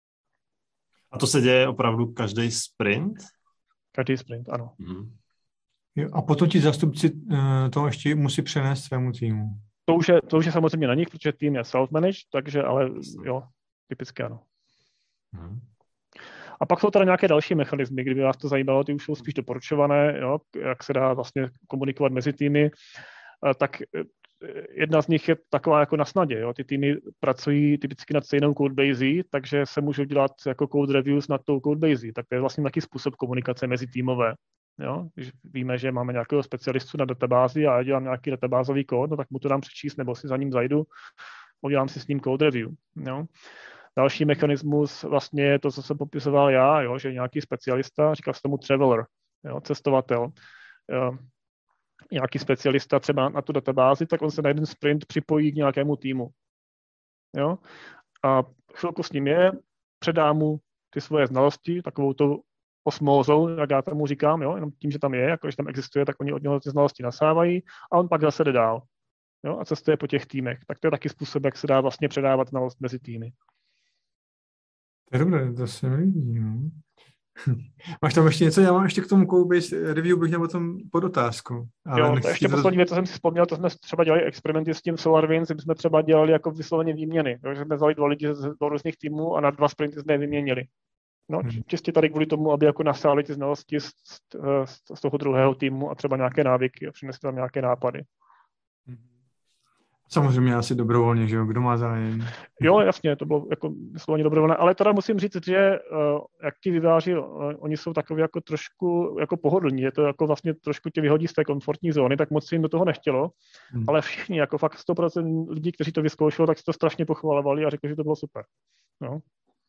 A to se děje opravdu každý sprint? Každý sprint, ano. Mm. Jo, a potom ti zástupci uh, to ještě musí přenést svému týmu. To už, je, to už je samozřejmě na nich, protože tým je self-managed, takže ale jo, typicky ano. Mm. A pak jsou tady nějaké další mechanismy, kdyby vás to zajímalo, ty už jsou spíš doporučované, jo, jak se dá vlastně komunikovat mezi týmy, tak jedna z nich je taková jako na snadě. Jo. Ty týmy pracují typicky nad stejnou codebase, takže se můžou dělat jako code reviews nad tou codebase. Tak to je vlastně nějaký způsob komunikace mezi týmové. Jo. Když víme, že máme nějakého specialistu na databázi a já dělám nějaký databázový kód, no, tak mu to dám přečíst nebo si za ním zajdu, udělám si s ním code review. Jo. Další mechanismus vlastně je to, co jsem popisoval já, jo, že nějaký specialista, říkal se tomu traveler, jo, cestovatel, jo, nějaký specialista třeba na tu databázi, tak on se na jeden sprint připojí k nějakému týmu. Jo? A chvilku s ním je, předá mu ty svoje znalosti, takovou tou osmózou, jak já tomu říkám, jo? Jenom tím, že tam je, jako že tam existuje, tak oni od něho ty znalosti nasávají a on pak zase jde dál. Jo? A cestuje po těch týmech. Tak to je taky způsob, jak se dá vlastně předávat znalost mezi týmy. To je dobré, to se mi líbí. No. Máš tam ještě něco? Já mám ještě k tomu Codebase review, bych měl o tom podotázku. Ale jo, to ještě to... poslední věc, co jsem si vzpomněl, to jsme třeba dělali experimenty s tím SolarWinds, kdy jsme třeba dělali jako vysloveně výměny. Takže jsme vzali dva lidi z do různých týmů a na dva sprinty jsme je vyměnili. No, hmm. čistě tady kvůli tomu, aby jako nasáli ty znalosti z, z, z toho druhého týmu a třeba nějaké návyky a přinesli tam nějaké nápady. Samozřejmě asi dobrovolně, že jo, kdo má zájem. Jo, jasně, to bylo jako vysloveně dobrovolné, ale teda musím říct, že uh, jak ti vyváří, uh, oni jsou takový jako trošku jako pohodlní, je to jako vlastně trošku tě vyhodí z té komfortní zóny, tak moc jim do toho nechtělo, hmm. ale všichni, jako fakt sto procent lidí, kteří to vyzkoušeli, tak si to strašně pochvalovali a řekli, že to bylo super. No.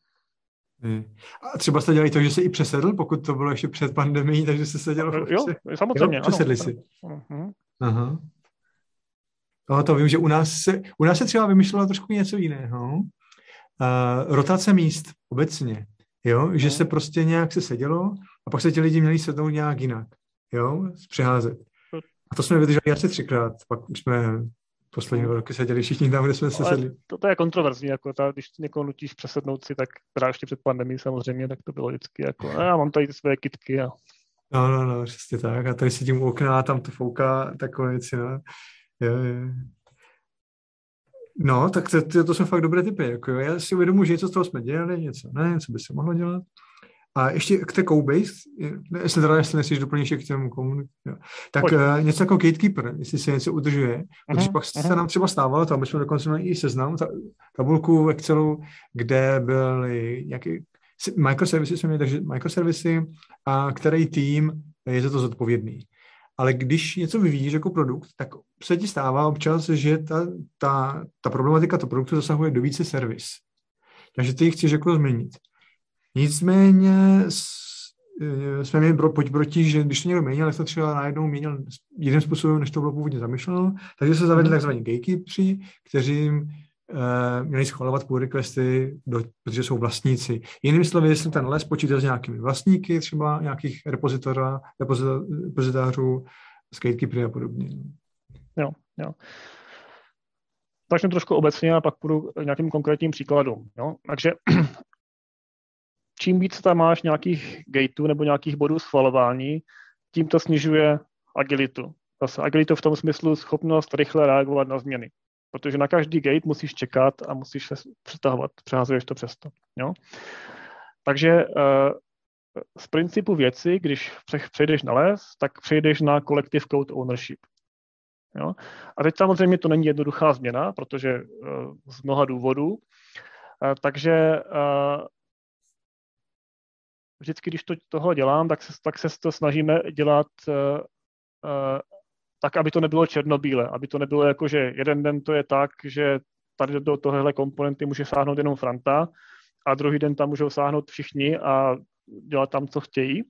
A třeba jste dělali to, že se i přesedl, pokud to bylo ještě před pandemií, takže se sedělo v Jo, samozřejmě. Jo, přesedli ano. si. Uh-huh. Aha. No, to vím, že u nás se, u nás se třeba vymýšlelo trošku něco jiného. Uh, rotace míst obecně, jo, že se prostě nějak se sedělo a pak se ti lidi měli sednout nějak jinak, jo, přeházet. A to jsme vydrželi asi třikrát, pak už jsme poslední roky seděli všichni tam, kde jsme se sedli. To, to je kontroverzní, jako ta, když někoho nutíš přesednout si, tak teda ještě před pandemií samozřejmě, tak to bylo vždycky jako, a já mám tady ty své kytky. A... No, no, no, přesně tak. A tady sedím u okna a tam to fouká, takové věci, no. Jo, jo. No, tak to, to, to jsou fakt dobré typy. Jako, já si uvědomuji, že něco z toho jsme dělali, něco ne, něco by se mohlo dělat. A ještě k té Codebase, jestli teda jestli nechceš doplnit k tomu komunitu, tak uh, něco jako Gatekeeper, jestli se něco udržuje, uh-huh, protože pak uh-huh. se nám třeba stávalo, tam bychom dokonce měli i seznam, ta, tabulku v Excelu, kde byly nějaké microservisy, jsme měli, takže microservisy, a který tým je za to zodpovědný. Ale když něco vyvíjíš jako produkt, tak se ti stává občas, že ta, ta, ta problematika toho produktu zasahuje do více servis. Takže ty ji chceš jako změnit. Nicméně jsme měli pojď proti, že když to někdo měnil, tak to třeba najednou měnil jiným způsobem, než to bylo původně zamýšleno. Takže se zavedli takzvaní gatekeepři, kteří uh, měli schvalovat pull requesty, do, protože jsou vlastníci. Jinými slovy, jestli ten les počítá s nějakými vlastníky, třeba nějakých repozitora, repozitářů, s gatekeepery a podobně. Jo, jo. Začnu trošku obecně a pak půjdu k nějakým konkrétním příkladům. Jo? Takže čím víc tam máš nějakých gateů nebo nějakých bodů schvalování, tím to snižuje agilitu. Zase agilitu v tom smyslu schopnost rychle reagovat na změny. Protože na každý gate musíš čekat a musíš se přetahovat, přehazuješ to přesto. Jo? Takže z principu věci, když přejdeš na les, tak přejdeš na collective code ownership. Jo? A teď samozřejmě to není jednoduchá změna, protože z mnoha důvodů. Takže vždycky, když to, tohle dělám, tak se, tak se to snažíme dělat uh, uh, tak, aby to nebylo černobíle, aby to nebylo jako, že jeden den to je tak, že tady do tohohle komponenty může sáhnout jenom Franta a druhý den tam můžou sáhnout všichni a dělat tam, co chtějí.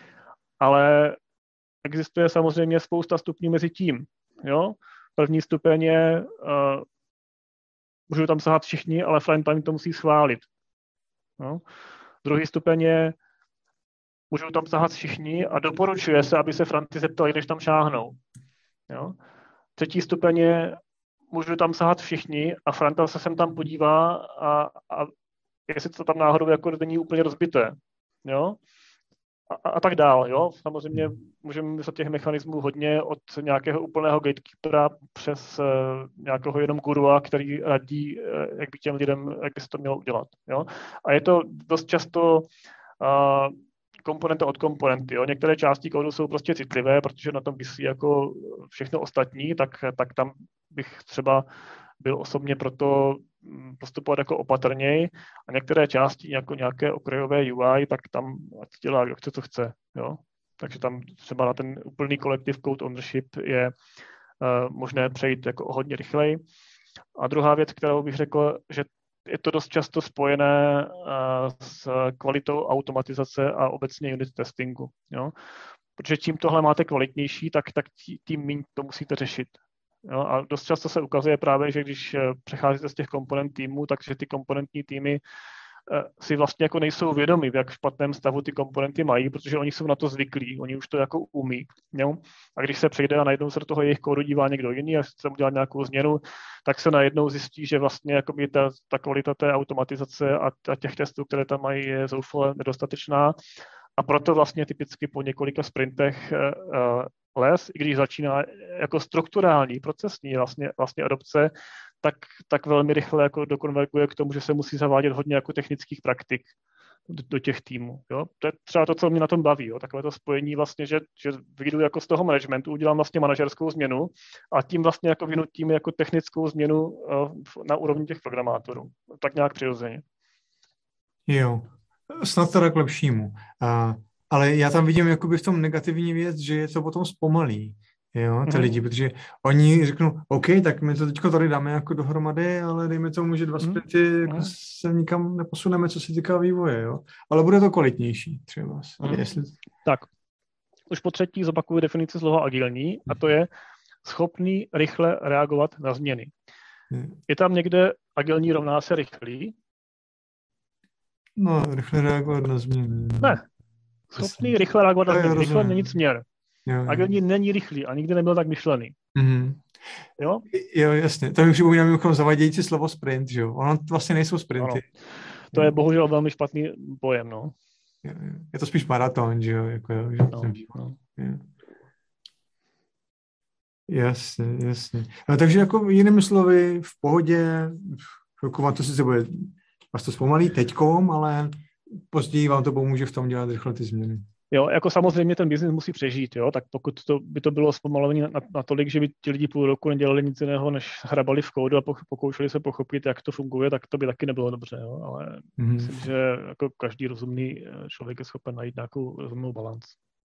Ale existuje samozřejmě spousta stupňů mezi tím. Jo? První stupeň je, uh, můžou tam sahat všichni, ale Franta to musí schválit. Jo? Druhý stupeň je, můžou tam sahat všichni a doporučuje se, aby se Franty zeptali, když tam šáhnou. Jo? Třetí stupeň je, můžou tam sahat všichni a Franta se sem tam podívá a, a jestli to tam náhodou jako není úplně rozbité. Jo? A, a tak dál. Jo? Samozřejmě můžeme myslet těch mechanismů hodně od nějakého úplného gatekeepera přes uh, nějakého jenom gurua, který radí, uh, jak by těm lidem, jak by se to mělo udělat. Jo? A je to dost často uh, komponenta od komponenty. Jo. Některé části kódu jsou prostě citlivé, protože na tom visí jako všechno ostatní, tak, tak tam bych třeba byl osobně proto postupovat jako opatrněji a některé části jako nějaké okrajové U I, tak tam ať dělá, kdo chce, co chce. Jo. Takže tam třeba na ten úplný collective code ownership je uh, možné přejít jako hodně rychleji. A druhá věc, kterou bych řekl, že je to dost často spojené uh, s kvalitou automatizace a obecně unit testingu. Jo? Protože čím tohle máte kvalitnější, tak, tak tím méně to musíte řešit. Jo? A dost často se ukazuje právě, že když přecházíte z těch komponent týmů, takže ty komponentní týmy uh, si vlastně jako nejsou vědomi, v jak špatném stavu ty komponenty mají, protože oni jsou na to zvyklí, oni už to jako umí. Jo? A když se přejde a najednou se do toho jejich kódu dívá někdo jiný a chce udělat nějakou změnu, tak se najednou zjistí, že vlastně ta, ta kvalita té automatizace a, a těch testů, které tam mají, je zoufale nedostatečná A proto vlastně typicky po několika sprintech les, i když začíná jako strukturální, procesní vlastně, vlastně adopce, tak, tak velmi rychle jako dokonverguje k tomu, že se musí zavádět hodně jako technických praktik do, do těch týmů. Jo? To je třeba to, co mě na tom baví. Jo? Takové to spojení vlastně, že, že vyjdu jako z toho managementu, udělám vlastně manažerskou změnu a tím vlastně jako vynutím jako technickou změnu uh, na úrovni těch programátorů. Tak nějak přirozeně. Jo, snad teda k lepšímu. Uh, ale já tam vidím jakoby v tom negativní věc, že je to potom zpomalí. Jo, ty mm. lidi, protože oni řeknou, OK, tak my to teďko tady dáme jako dohromady, ale dejme tomu, že dva sprinty mm. jako mm. se nikam neposuneme, co se týká vývoje, jo. Ale bude to kvalitnější třeba. Mm. Jestli... Tak, už po třetí zopakuju definici slova agilní a to je schopný rychle reagovat na změny. Mm. Je tam někde agilní rovná se rychlý? No, rychle reagovat na změny. Ne. Schopný rychle reagovat na změny. Rychle není směr. Agilní není rychlý a nikdy nebyl tak myšlený. Mm-hmm. Jo? Jo, jasně. To mi připomíná mimochodem zavadějící slovo sprint, že jo? Ono vlastně nejsou sprinty. Ano. To je bohužel velmi špatný pojem, no. Je to spíš maraton, že jo? Jako, že no, no. Jasně, jasně. No, takže jako jinými slovy, v pohodě, chvilku vám to sice bude vás to zpomalí teďkom, ale později vám to pomůže v tom dělat rychle ty změny. Jo, jako samozřejmě ten biznis musí přežít, jo, tak pokud to, by to bylo zpomalení na, na tolik, že by ti lidi půl roku nedělali nic jiného, než hrabali v kódu a pokoušeli se pochopit, jak to funguje, tak to by taky nebylo dobře, jo, ale mm-hmm. myslím, že jako každý rozumný člověk je schopen najít nějakou rozumnou balanc.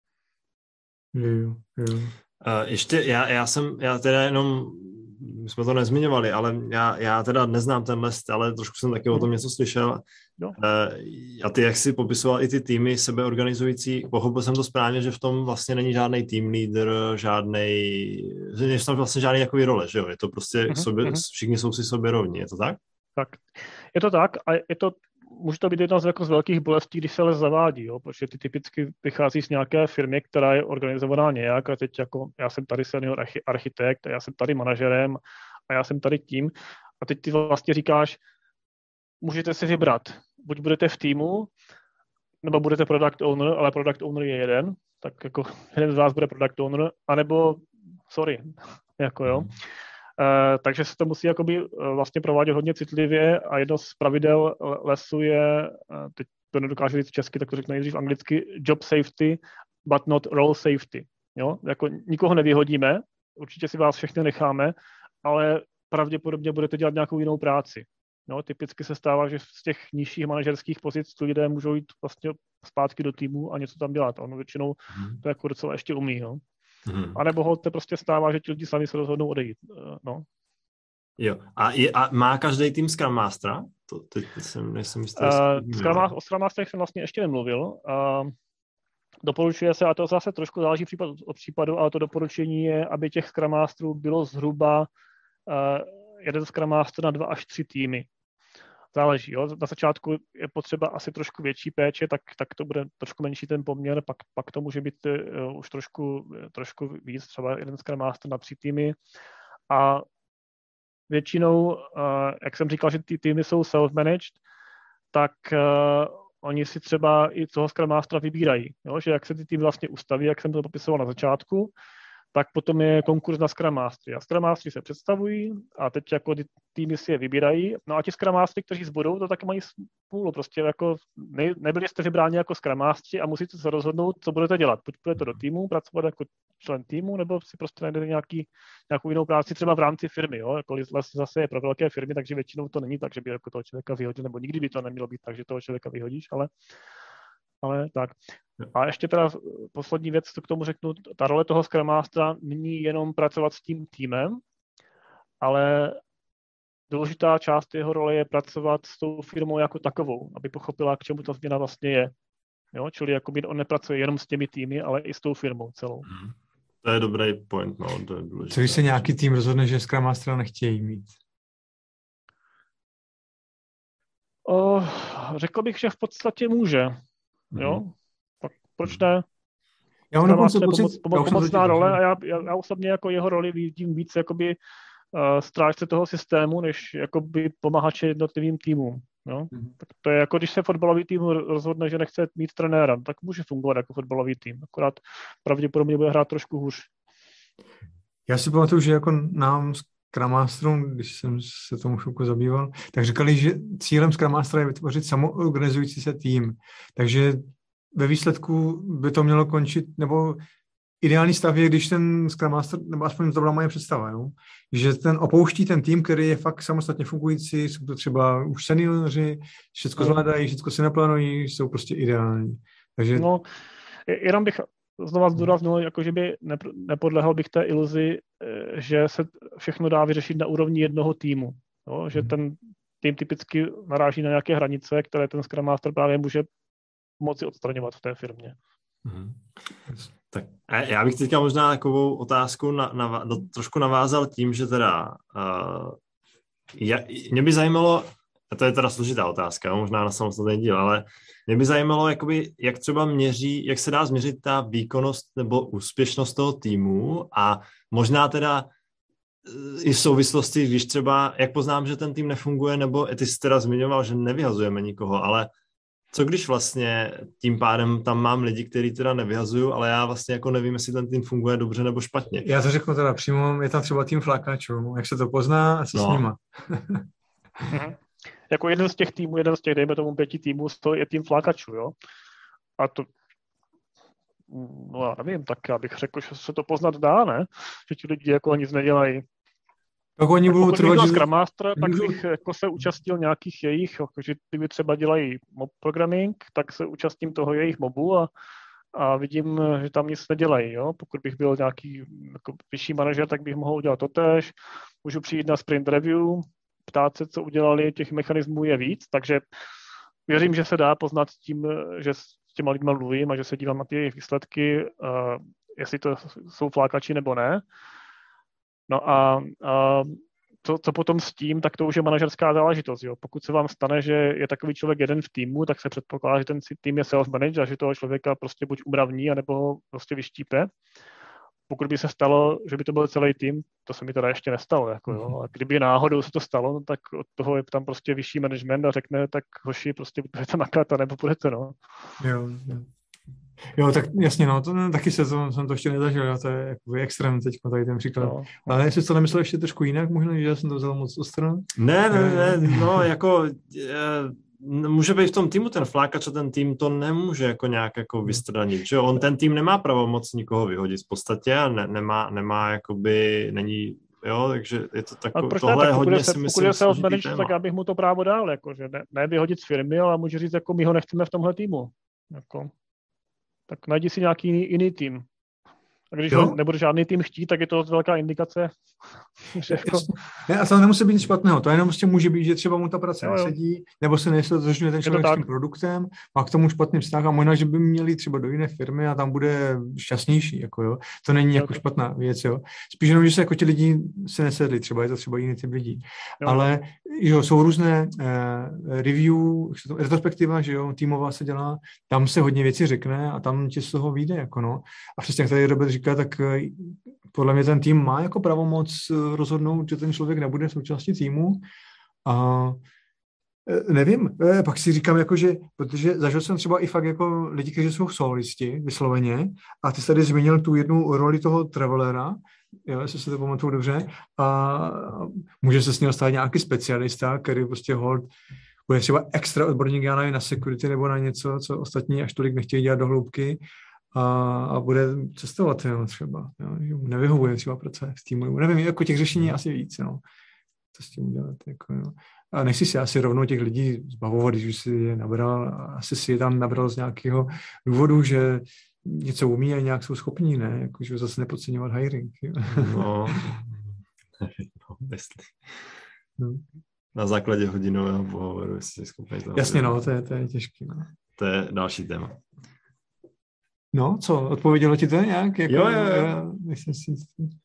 Jo, jo. Uh, ještě já, já jsem, já teda jenom, my jsme to nezmiňovali, ale já, já teda neznám ten list, ale trošku jsem taky o tom něco slyšel. No. Uh, a ty, jak jsi popisoval i ty týmy sebeorganizující, pochopil jsem to správně, že v tom vlastně není žádný team leader, žádnej, že nejsou tam vlastně žádný takový role, že jo? Je to prostě uh-huh, sobě, uh-huh. všichni jsou si sobě rovní, je to tak? Tak, je to tak a je to může to být jedna z, jako z velkých bolestí, když se les zavádí, jo? Protože ty typicky vychází z nějaké firmy, která je organizovaná nějak a teď jako já jsem tady senior architekt, a já jsem tady manažerem a já jsem tady tím a teď ty vlastně říkáš, můžete si vybrat, buď budete v týmu, nebo budete product owner, ale product owner je jeden, tak jako jeden z vás bude product owner, anebo sorry, jako jo. Uh, takže se to musí jakoby uh, vlastně provádět hodně citlivě a jedno z pravidel lesu je, uh, teď to nedokážu říct česky, tak to řeknu nejdřív anglicky, job safety, but not role safety. Jo? Jako nikoho nevyhodíme, určitě si vás všechny necháme, ale pravděpodobně budete dělat nějakou jinou práci. No, typicky se stává, že z těch nižších manažerských pozic lidé můžou jít vlastně zpátky do týmu a něco tam dělat. Ono většinou hmm. to jako docela ještě umí. No. Hmm. A nebo ho to prostě stává, že ti lidi sami se rozhodnou odejít. No. Jo. A, je, a má každý tým Scrum Mastera? To, teď jsem, nejsem jistý. Uh, Scrum, o Scrum Masterech jsem vlastně ještě nemluvil. Uh, doporučuje se, a to zase trošku záleží případ od případu, ale to doporučení je, aby těch Scrum Masterů bylo zhruba uh, jeden Scrum Master na dva až tři týmy. Záleží, jo. Na začátku je potřeba asi trošku větší péče, tak, tak to bude trošku menší ten poměr, pak, pak to může být uh, už trošku, trošku víc, třeba jeden Scrum Master na tři týmy. A většinou, uh, jak jsem říkal, že ty týmy jsou self-managed, tak uh, oni si třeba i toho Scrum Mastera vybírají, jo? Že jak se ty týmy vlastně ustaví, jak jsem to popisoval na začátku, tak potom je konkurs na Scrum Mastery. A Scrum Mastery se představují a teď jako ty týmy si je vybírají. No a ti Scrum Mastery, kteří zbudou, to taky mají spolu. Prostě jako ne, nebyli jste vybráni jako Scrum Mastery a musíte se rozhodnout, co budete dělat. Buď budete do týmu, pracovat jako člen týmu, nebo si prostě najdete nějaký, nějakou jinou práci třeba v rámci firmy. Jo? Jako les zase je pro velké firmy, takže většinou to není tak, že by jako toho člověka vyhodil, nebo nikdy by to nemělo být tak, že toho člověka vyhodíš, ale Ale tak. A ještě teda poslední věc, co k tomu řeknu, ta role toho Scrum Mastera není jenom pracovat s tím týmem, ale důležitá část jeho role je pracovat s tou firmou jako takovou, aby pochopila, k čemu ta změna vlastně je. Jo? Čili jakoby on nepracuje jenom s těmi týmy, ale i s tou firmou celou. Hmm. To je dobrý point, no, to je důležité. Co když se nějaký tým rozhodne, že Scrum Mastera nechtějí mít? O, řekl bych, že v podstatě může. Jo, mm-hmm. tak proč ne? Já mám dokonce pocit, pomoc, pomoc, pomocná role a já, já, já osobně jako jeho roli vidím víc jakoby uh, strážce toho systému, než jakoby pomáhače jednotlivým týmům. Jo? Tak to je jako, když se fotbalový tým rozhodne, že nechce mít trenéra, tak může fungovat jako fotbalový tým, akorát pravděpodobně bude hrát trošku hůř. Já si pamatuju, že jako nám Scrum Masterům, když jsem se tomu chvilku zabýval, tak říkali, že cílem Scrum Mastera je vytvořit samoorganizující se tým. Takže ve výsledku by to mělo končit, nebo ideální stav je, když ten Scrum Master, nebo aspoň to byla moje představa, jo? Že ten opouští ten tým, který je fakt samostatně fungující, jsou to třeba už seniori, všechno zvládají, všechno si naplánují, jsou prostě ideální. Takže... No, jenom bych znova zdůraznil, jako že by nepodlehal bych té iluzi, že se všechno dá vyřešit na úrovni jednoho týmu. Jo? Že ten tým typicky naráží na nějaké hranice, které ten Scrum Master právě může moci odstraňovat v té firmě. Mm-hmm. Tak já bych teďka možná takovou otázku na, na, do, trošku navázal tím, že teda uh, je, mě by zajímalo, a to je teda složitá otázka, možná na samostatný díl, ale mě by zajímalo, jakoby, jak třeba měří, jak se dá změřit ta výkonnost nebo úspěšnost toho týmu a možná teda i v souvislosti, když třeba, jak poznám, že ten tým nefunguje, nebo ty jsi teda zmiňoval, že nevyhazujeme nikoho, ale co když vlastně tím pádem tam mám lidi, kteří teda nevyhazují, ale já vlastně jako nevím, jestli ten tým funguje dobře nebo špatně. Já to řeknu teda přímo, je tam třeba tým flákačů, jak se to pozná a co no. s nima. Jako jeden z těch týmů, jeden z těch, dejme tomu pěti týmů, to je tým flákačů, jo. A to, no já nevím, tak já bych řekl, že se to poznat dá, ne? Že ti lidi jako nic nedělají. Tak oni budou pokud trvat, bych byl že... Scrum Master, tak bych jako se účastnil nějakých jejich, že kdyby třeba dělají mob programming, tak se účastním toho jejich mobu a, a vidím, že tam nic nedělají. Jo? Pokud bych byl nějaký jako vyšší manažer, tak bych mohl udělat totéž. Můžu přijít na sprint review, ptát se, co udělali, těch mechanismů je víc, takže věřím, že se dá poznat tím, že s těma lidma mluvím a že se dívám na ty jejich výsledky, uh, jestli to jsou flákači nebo ne. No a, a to, co potom s tím, tak to už je manažerská záležitost. Jo. Pokud se vám stane, že je takový člověk jeden v týmu, tak se předpokládá, že ten tým je self-managed a že toho člověka prostě buď umravní, anebo ho prostě vyštípe. Pokud by se stalo, že by to byl celý tým, to se mi teda ještě nestalo. Jako, jo. A kdyby náhodou se to stalo, no, tak od toho je tam prostě vyšší management a řekne, tak hoši, prostě budete makat a nebo budete, no. Jo, jo. Jo, tak jasně, no, to, taky se to, jsem to ještě nezažil, jo, to je jakoby extrém teď, tady ten příklad. No. Ale jestli to nemyslel ještě trošku jinak, možná, že jsem to vzal moc ostro? Ne, ne, ne, no, jako je, může být v tom týmu ten flákač a ten tým to nemůže jako nějak jako vystranit, že jo? On ten tým nemá pravomoc nikoho vyhodit v podstatě a ne, nemá, nemá jakoby, není, jo, takže je to takové, tohle ne, hodně se, si myslím, pokud je self-managed, tak já bych mu to právo dal, jako, že ne, ne vyhodit z firmy, ale může říct, jako my ho nechceme v tomhle týmu, jako. Tak najdi si nějaký jiný, jiný tým. A když ho nebude žádný tým chtít, tak je to velká indikace. Že jako... Ne, a to nemusí být špatného. To jenom prostě může být, že třeba mu ta práce nesedí, nebo se nestotožňuje ten člověk s tím produktem, má k tomu špatný vztah a možná, že by měli třeba do jiné firmy a tam bude šťastnější. Jako, jo. To není jako špatná věc. Jo. Spíš jenom, že se jako ti lidi se nesedli, třeba je to třeba jiný typ lidí. Jo. Ale jo, jsou různé uh, review, retrospektiva, že jo, týmová se dělá, tam se hodně věcí řekne a tam ti z toho vyjde. Jako, no. A přesně jak tady Robert říká, tak podle mě ten tým má jako pravomoc rozhodnout, že ten člověk nebude součástí týmu a nevím, pak si říkám, jako, že, protože zažil jsem třeba i fakt jako lidi, kteří jsou solisti vysloveně a ty jsi tady zmínil tu jednu roli toho travelera, jo, jestli se to pamatuju dobře, a může se s něho stát nějaký specialista, který prostě hold bude třeba extra odborník, já nevím, na security nebo na něco, co ostatní až tolik nechtějí dělat do hloubky, A, a bude cestovat, jo, třeba. Jo, nevyhovuje třeba pracovat s týmu. Nevím, jako těch řešení je asi víc, no. Co s tím udělat, jako, jo. A nechci si asi rovnou těch lidí zbavovat, když už si je nabral, asi si je tam nabral z nějakého důvodu, že něco umí a nějak jsou schopní, ne? Jako, že zase nepodceňovat hiring. Jo. No, no, no. Na základě hodinového pohovoru, jestli jsi schopný to. Jasně, no, to je, to je těžké. No. To je další téma. No, co, odpovědělo ti to nějak? Jako, jo, jo, jo. Myslím si...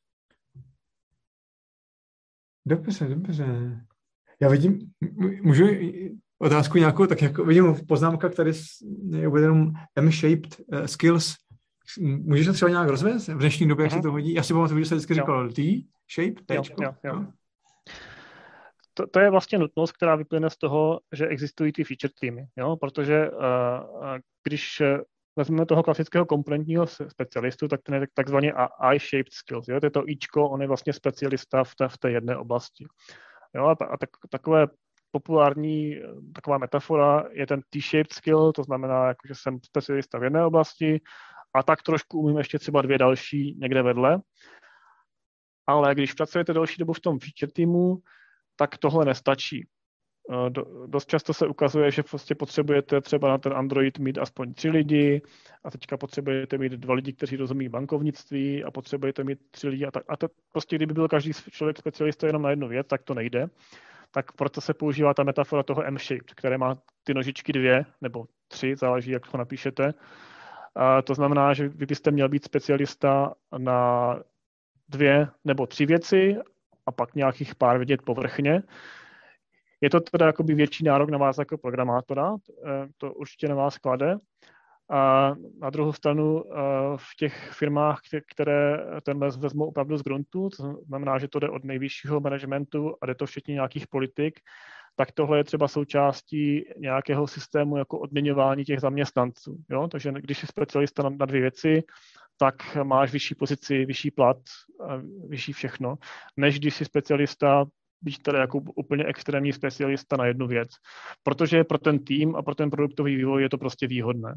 Dobře, dobře. Já vidím, můžu otázku nějakou, tak jako vidím poznámka, tady je uvedeno M-shaped uh, skills. Můžeš to třeba nějak rozvést v dnešní době, jak uh-huh. se to hodí? Já si pamatuju, že jsi vždycky říkal T-shaped, jo, jo, jo. to, to je vlastně nutnost, která vyplyne z toho, že existují ty feature týmy, jo? Protože uh, když vezmeme toho klasického komponentního specialistu, tak ten je takzvaně I-shaped skills. Jo? To je to Ičko, on je vlastně specialista v té, v té jedné oblasti. Jo? A, ta, a tak, takové populární taková metafora je ten T-shaped skill, to znamená, jako, že jsem specialista v jedné oblasti a tak trošku umím ještě třeba dvě další někde vedle. Ale když pracujete další dobu v tom feature týmu, tak tohle nestačí. Do, dost často se ukazuje, že prostě potřebujete třeba na ten Android mít aspoň tři lidi a teďka potřebujete mít dva lidi, kteří rozumí bankovnictví a potřebujete mít tři lidi a tak. A to prostě, kdyby byl každý člověk specialista jenom na jednu věc, tak to nejde. Tak proto se používá ta metafora toho M-shaped, které má ty nožičky dvě nebo tři, záleží, jak to napíšete. A to znamená, že vy byste měl být specialista na dvě nebo tři věci a pak nějakých pár vědět povrchně. Je to teda jakoby větší nárok na vás jako programátora, to určitě na vás klade. A na druhou stranu v těch firmách, které ten les vezmou opravdu z gruntu, to znamená, že to jde od nejvyššího managementu a jde to včetně nějakých politik, tak tohle je třeba součástí nějakého systému jako odměňování těch zaměstnanců. Jo? Takže když jsi specialista na, na dvě věci, tak máš vyšší pozici, vyšší plat, vyšší všechno, než když jsi specialista, být teda jako úplně extrémní specialista na jednu věc. Protože pro ten tým a pro ten produktový vývoj je to prostě výhodné.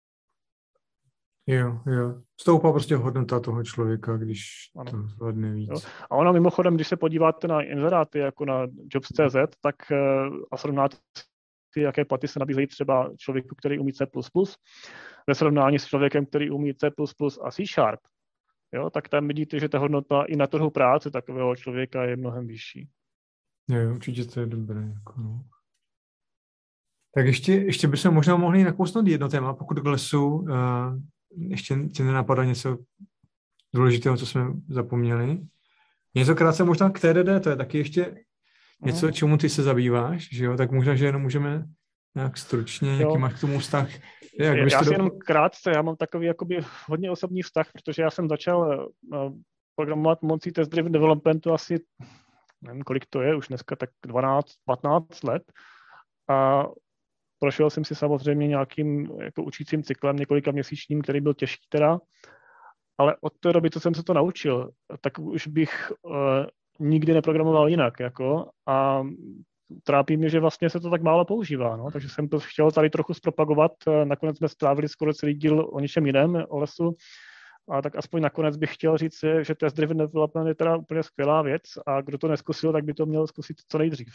Jo, jo. Stoupá prostě hodnota toho člověka, když ano. To zvládne víc. Jo. A ono mimochodem, když se podíváte na inzeráty jako na jobs tečka cé zet, tak a srovnáte si, jaké platy se nabízejí třeba člověku, který umí C plus plus, ve srovnání s člověkem, který umí C plus plus a C Sharp, jo, tak tam vidíte, že ta hodnota i na trhu práce takového člověka je mnohem vyšší. Jo, určitě to je dobré. Jako no. Tak ještě, ještě bychom možná mohli nakousnout jedno téma, pokud k lesu uh, ještě tě nenapadá něco důležitého, co jsme zapomněli. Něco krátce možná k T D D, to je taky ještě něco, čemu ty se zabýváš, že jo? Tak možná, že jenom můžeme nějak stručně, jo. Jaký máš k tomu vztah. Jak já si do... jenom krátce, já mám takový jakoby hodně osobní vztah, protože já jsem začal uh, programovat pomocí test-driven developmentu asi, nevím, kolik to je, už dneska tak dvanáct patnáct let. A prošel jsem si samozřejmě nějakým jako učícím cyklem, několika měsíčním, který byl těžký teda, ale od té doby, co jsem se to naučil, tak už bych uh, nikdy neprogramoval jinak, jako, a trápí mě, že vlastně se to tak málo používá, no, takže jsem to chtěl tady trochu zpropagovat, nakonec jsme strávili skoro celý díl o něčem jiném, o lesu, a tak aspoň nakonec bych chtěl říct, že test-driven development je teda úplně skvělá věc a kdo to neskusil, tak by to měl zkusit co nejdřív.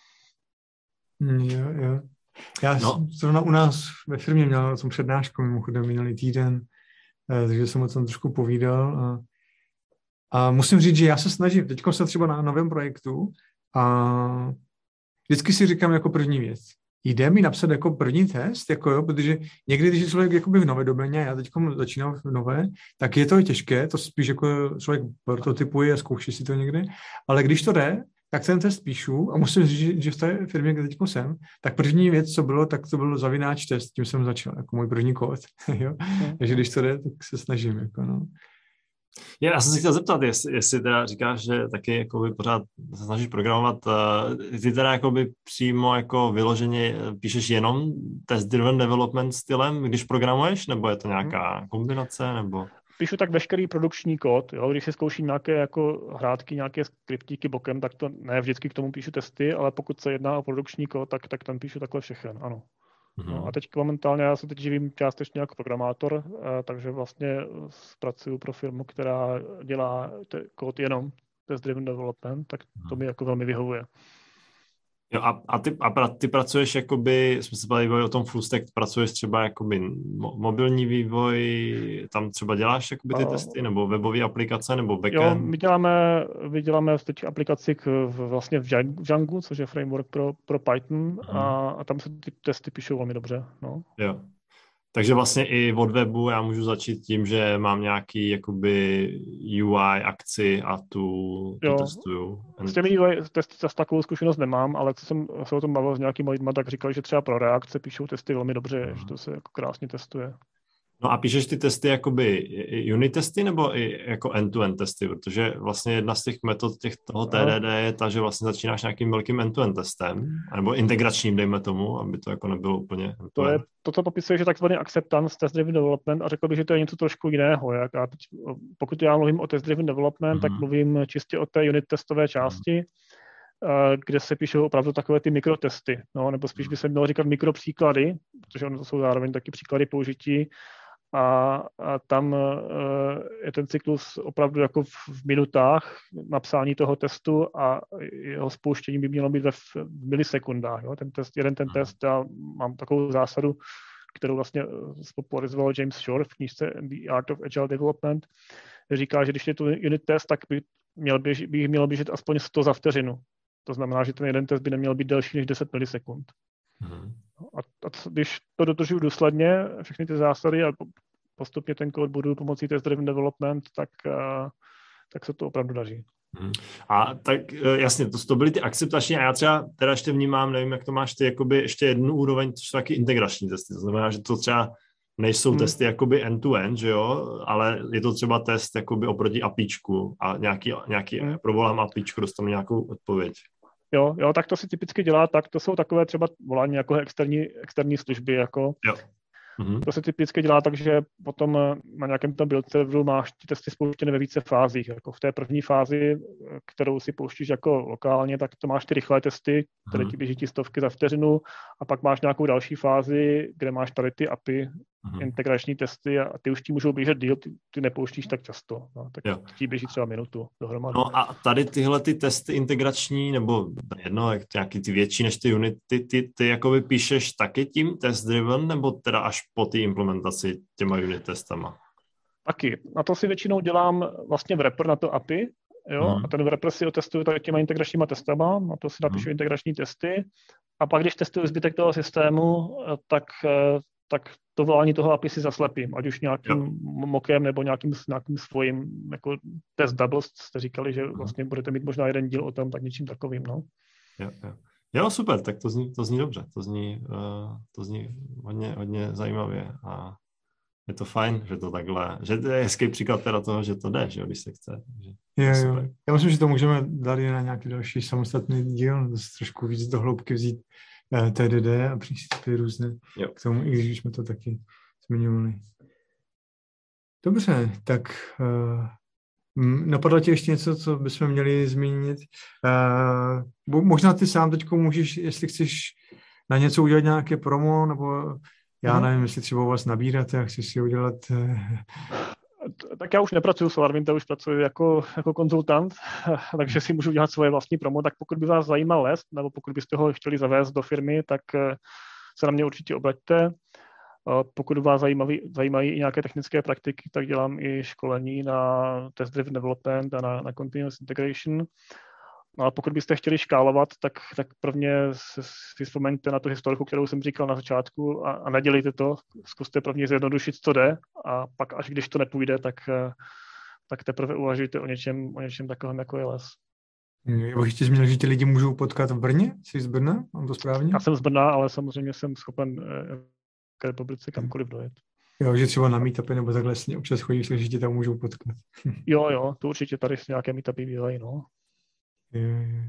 Jo, jo. Já no. zrovna u nás ve firmě měl jsem přednášku, mimochodem minulý týden, takže jsem o tom trošku povídal. A, a musím říct, že já se snažím, teď jsem třeba na novém projektu a vždycky si říkám jako první věc, jde mi napsat jako první test, jako jo, protože někdy, když je člověk jakoby v nové doméně, já teď začínám v nové, tak je to těžké, to spíš jako člověk prototypuje a zkouší si to někde, ale když to jde, tak ten test píšu a musím říct, že v té firmě, kde teď jsem, tak první věc, co bylo, tak to byl zavináč test, tím jsem začal, jako můj první kód, jo. Takže když to jde, tak se snažím, jako no. Já jsem si chtěl zeptat, jestli, jestli teda říkáš, že taky jakoby pořád se snažíš programovat, ty teda jakoby přímo jako vyloženě píšeš jenom test-driven development stylem, když programuješ, nebo je to nějaká kombinace, nebo... Píšu tak veškerý produkční kód, jo? Když si zkouším nějaké jako hrátky, nějaké skriptíky bokem, tak to ne vždycky k tomu píšu testy, ale pokud se jedná o produkční kód, tak, tak tam píšu takhle všechen, ano. Mm-hmm. No a teď momentálně já se teď živím částečně jako programátor, takže vlastně pracuji pro firmu, která dělá te- kód jenom test-driven development, tak to mi jako velmi vyhovuje. Jo, a, a, ty, a ty pracuješ jakoby, jsme se bavili o tom full stack, pracuješ třeba jakoby mo, mobilní vývoj, tam třeba děláš jakoby ty a, testy, nebo webové aplikace, nebo backend? Jo, my děláme, my děláme teď aplikaci k, vlastně v Django, což je framework pro, pro Python, hmm. a, a tam se ty testy píšou velmi dobře, no. Jo. Takže vlastně i od webu já můžu začít tím, že mám nějaký jakoby U I akci a tu, tu testuju. S těmi U I testy zase takovou zkušenost nemám, ale co jsem se o tom bavil s nějakými lidmi, tak říkali, že třeba pro reakce píšou testy velmi dobře, hmm. že to se jako krásně testuje. No a píšeš ty testy jakoby i unit testy nebo i jako end-to-end testy, protože vlastně jedna z těch metod těch toho T D D je ta, že vlastně začínáš nějakým velkým end-to-end testem, nebo integračním, dejme tomu, aby to jako nebylo úplně end-to-end. To je to, co popisuje, že takzvaný acceptance test-driven development a řekl bych, že to je něco trošku jiného. Jak já teď, pokud já mluvím o test-driven development, mm-hmm. tak mluvím čistě o té unit testové části, mm-hmm. kde se píšou opravdu takové ty mikrotesty, no, nebo spíš by se mělo říkat mikropříklady, protože ono to jsou zároveň taky příklady použití. A, a tam uh, je ten cyklus opravdu jako v, v minutách napsání toho testu a jeho spouštění by mělo být ve v milisekundách. Jo? Ten test, jeden ten test, já mám takovou zásadu, kterou vlastně spopularizoval James Shore v knížce The Art of Agile Development. Říká, že když je to unit test, tak by, měl běž, by jich mělo běžet aspoň sto za vteřinu. To znamená, že ten jeden test by neměl být delší než deset milisekund. Hmm. A, a když to dodržuju důsledně, všechny ty zásady a postupně ten kód budu pomocí test-driven development, tak, uh, tak se to opravdu daří. Hmm. A tak jasně, to, to byly ty akceptační a já třeba teda ještě vnímám, nevím, jak to máš ty, jakoby ještě jednu úroveň, to jsou taky integrační testy, to znamená, že to třeba nejsou hmm. testy jakoby end-to-end, že jo, ale je to třeba test jakoby oproti APIčku a nějaký, nějaký hmm. provolám APIčku, dostanu nějakou odpověď. Jo, jo, tak to si typicky dělá tak, to jsou takové třeba volání jako externí, externí služby, jako. Jo. Mm-hmm. To se typicky dělá tak, že potom na nějakém tom build serveru máš ty testy spouštěny ve více fázích. Jako v té první fázi, kterou si pouštíš jako lokálně, tak to máš ty rychlé testy, které ti běží ti stovky za vteřinu, a pak máš nějakou další fázi, kde máš tady ty A P I, mm-hmm. integrační testy, a ty už ti můžou běžet díl, ty, ty nepouštíš tak často. No, tak jo. ti běží třeba minutu dohromady. No a tady tyhle ty testy integrační, nebo jedno, jak nějaký ty větší než ty unity, ty, ty, ty jakoby píšeš taky tím test-driven, nebo teda až po té implementaci těma unit testama? Taky. Na to si většinou dělám vlastně wrapper na to A P I, jo, hmm. a ten wrapper si otestuju tady těma integračníma testama, na to si napíšu hmm. integrační testy, a pak, když testuju zbytek toho systému, tak, tak to volání toho A P I si zaslepím, ať už nějakým jo. mokem nebo nějakým, nějakým svojím jako test doubles, jste říkali, že vlastně budete mít možná jeden díl o tom, tak něčím takovým, no. Jo, jo. Jo, super, tak to zní, to zní dobře, to zní, uh, to zní hodně, hodně zajímavě a je to fajn, že to takhle, že to je hezký příklad teda toho, že to jde, že jo, když se chce. Takže jo, jo. Já myslím, že to můžeme dát i na nějaký další samostatný díl, trošku víc do hloubky vzít uh, T D D a přístupy různé jo. k tomu, i když jsme to taky zmiňovali. Dobře, tak uh, napadlo ti ještě něco, co bychom měli zmínit? Uh, možná ty sám teď můžeš, jestli chceš na něco udělat nějaké promo, nebo já hmm. nevím, jestli třeba vás nabírat a chceš si udělat... Uh... Tak já už nepracuji s SolarWinds, už pracuji jako, jako konzultant, takže si můžu dělat svoje vlastní promo, tak pokud by vás zajímal les, nebo pokud byste ho chtěli zavést do firmy, tak se na mě určitě obraťte. Pokud vás zajímaví, zajímají i nějaké technické praktiky, tak dělám i školení na test-driven development a na, na continuous integration. No a pokud byste chtěli škálovat, tak, tak prvně si vzpomeňte na tu historiku, kterou jsem říkal na začátku, a, a nedělejte to. Zkuste prvně zjednodušit, co jde, a pak až když to nepůjde, tak, tak teprve uvažujte o něčem, o něčem takovém, jako je les. Já bych ještě zmínil, že ti lidi můžou potkat v Brně? Jsi z Brna? Mám to správně? Já jsem z Brna, ale samozřejmě jsem schopen k republice kamkoliv dojet. Jo, že třeba na meetupy nebo takhle občas chodíš, že tě tam můžou potkat. Jo, jo, to určitě tady nějaké meetupy bývají, no. Jo, jo.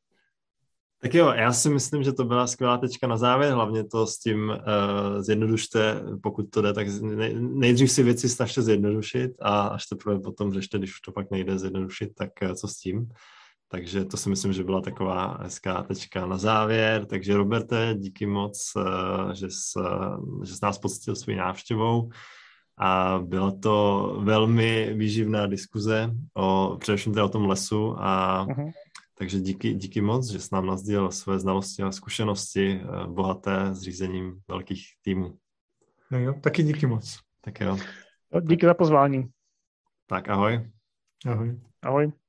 Tak jo, já si myslím, že to byla skvělá tečka na závěr, hlavně to s tím uh, zjednodušte, pokud to jde, tak nej, nejdřív si věci snažte zjednodušit a až teprve potom řešte, když už to pak nejde zjednodušit, tak uh, co s tím. Takže to si myslím, že byla taková hezká tečka na závěr. Takže Roberte, díky moc, že jsi, že jsi nás poctil svou návštěvou. A byla to velmi výživná diskuze, o, především teda o tom lesu. A uh-huh. Takže díky, díky moc, že jsi nám nasdílel své znalosti a zkušenosti bohaté s řízením velkých týmů. No jo, taky díky moc. Tak jo. Díky za pozvání. Tak ahoj. Ahoj. Ahoj.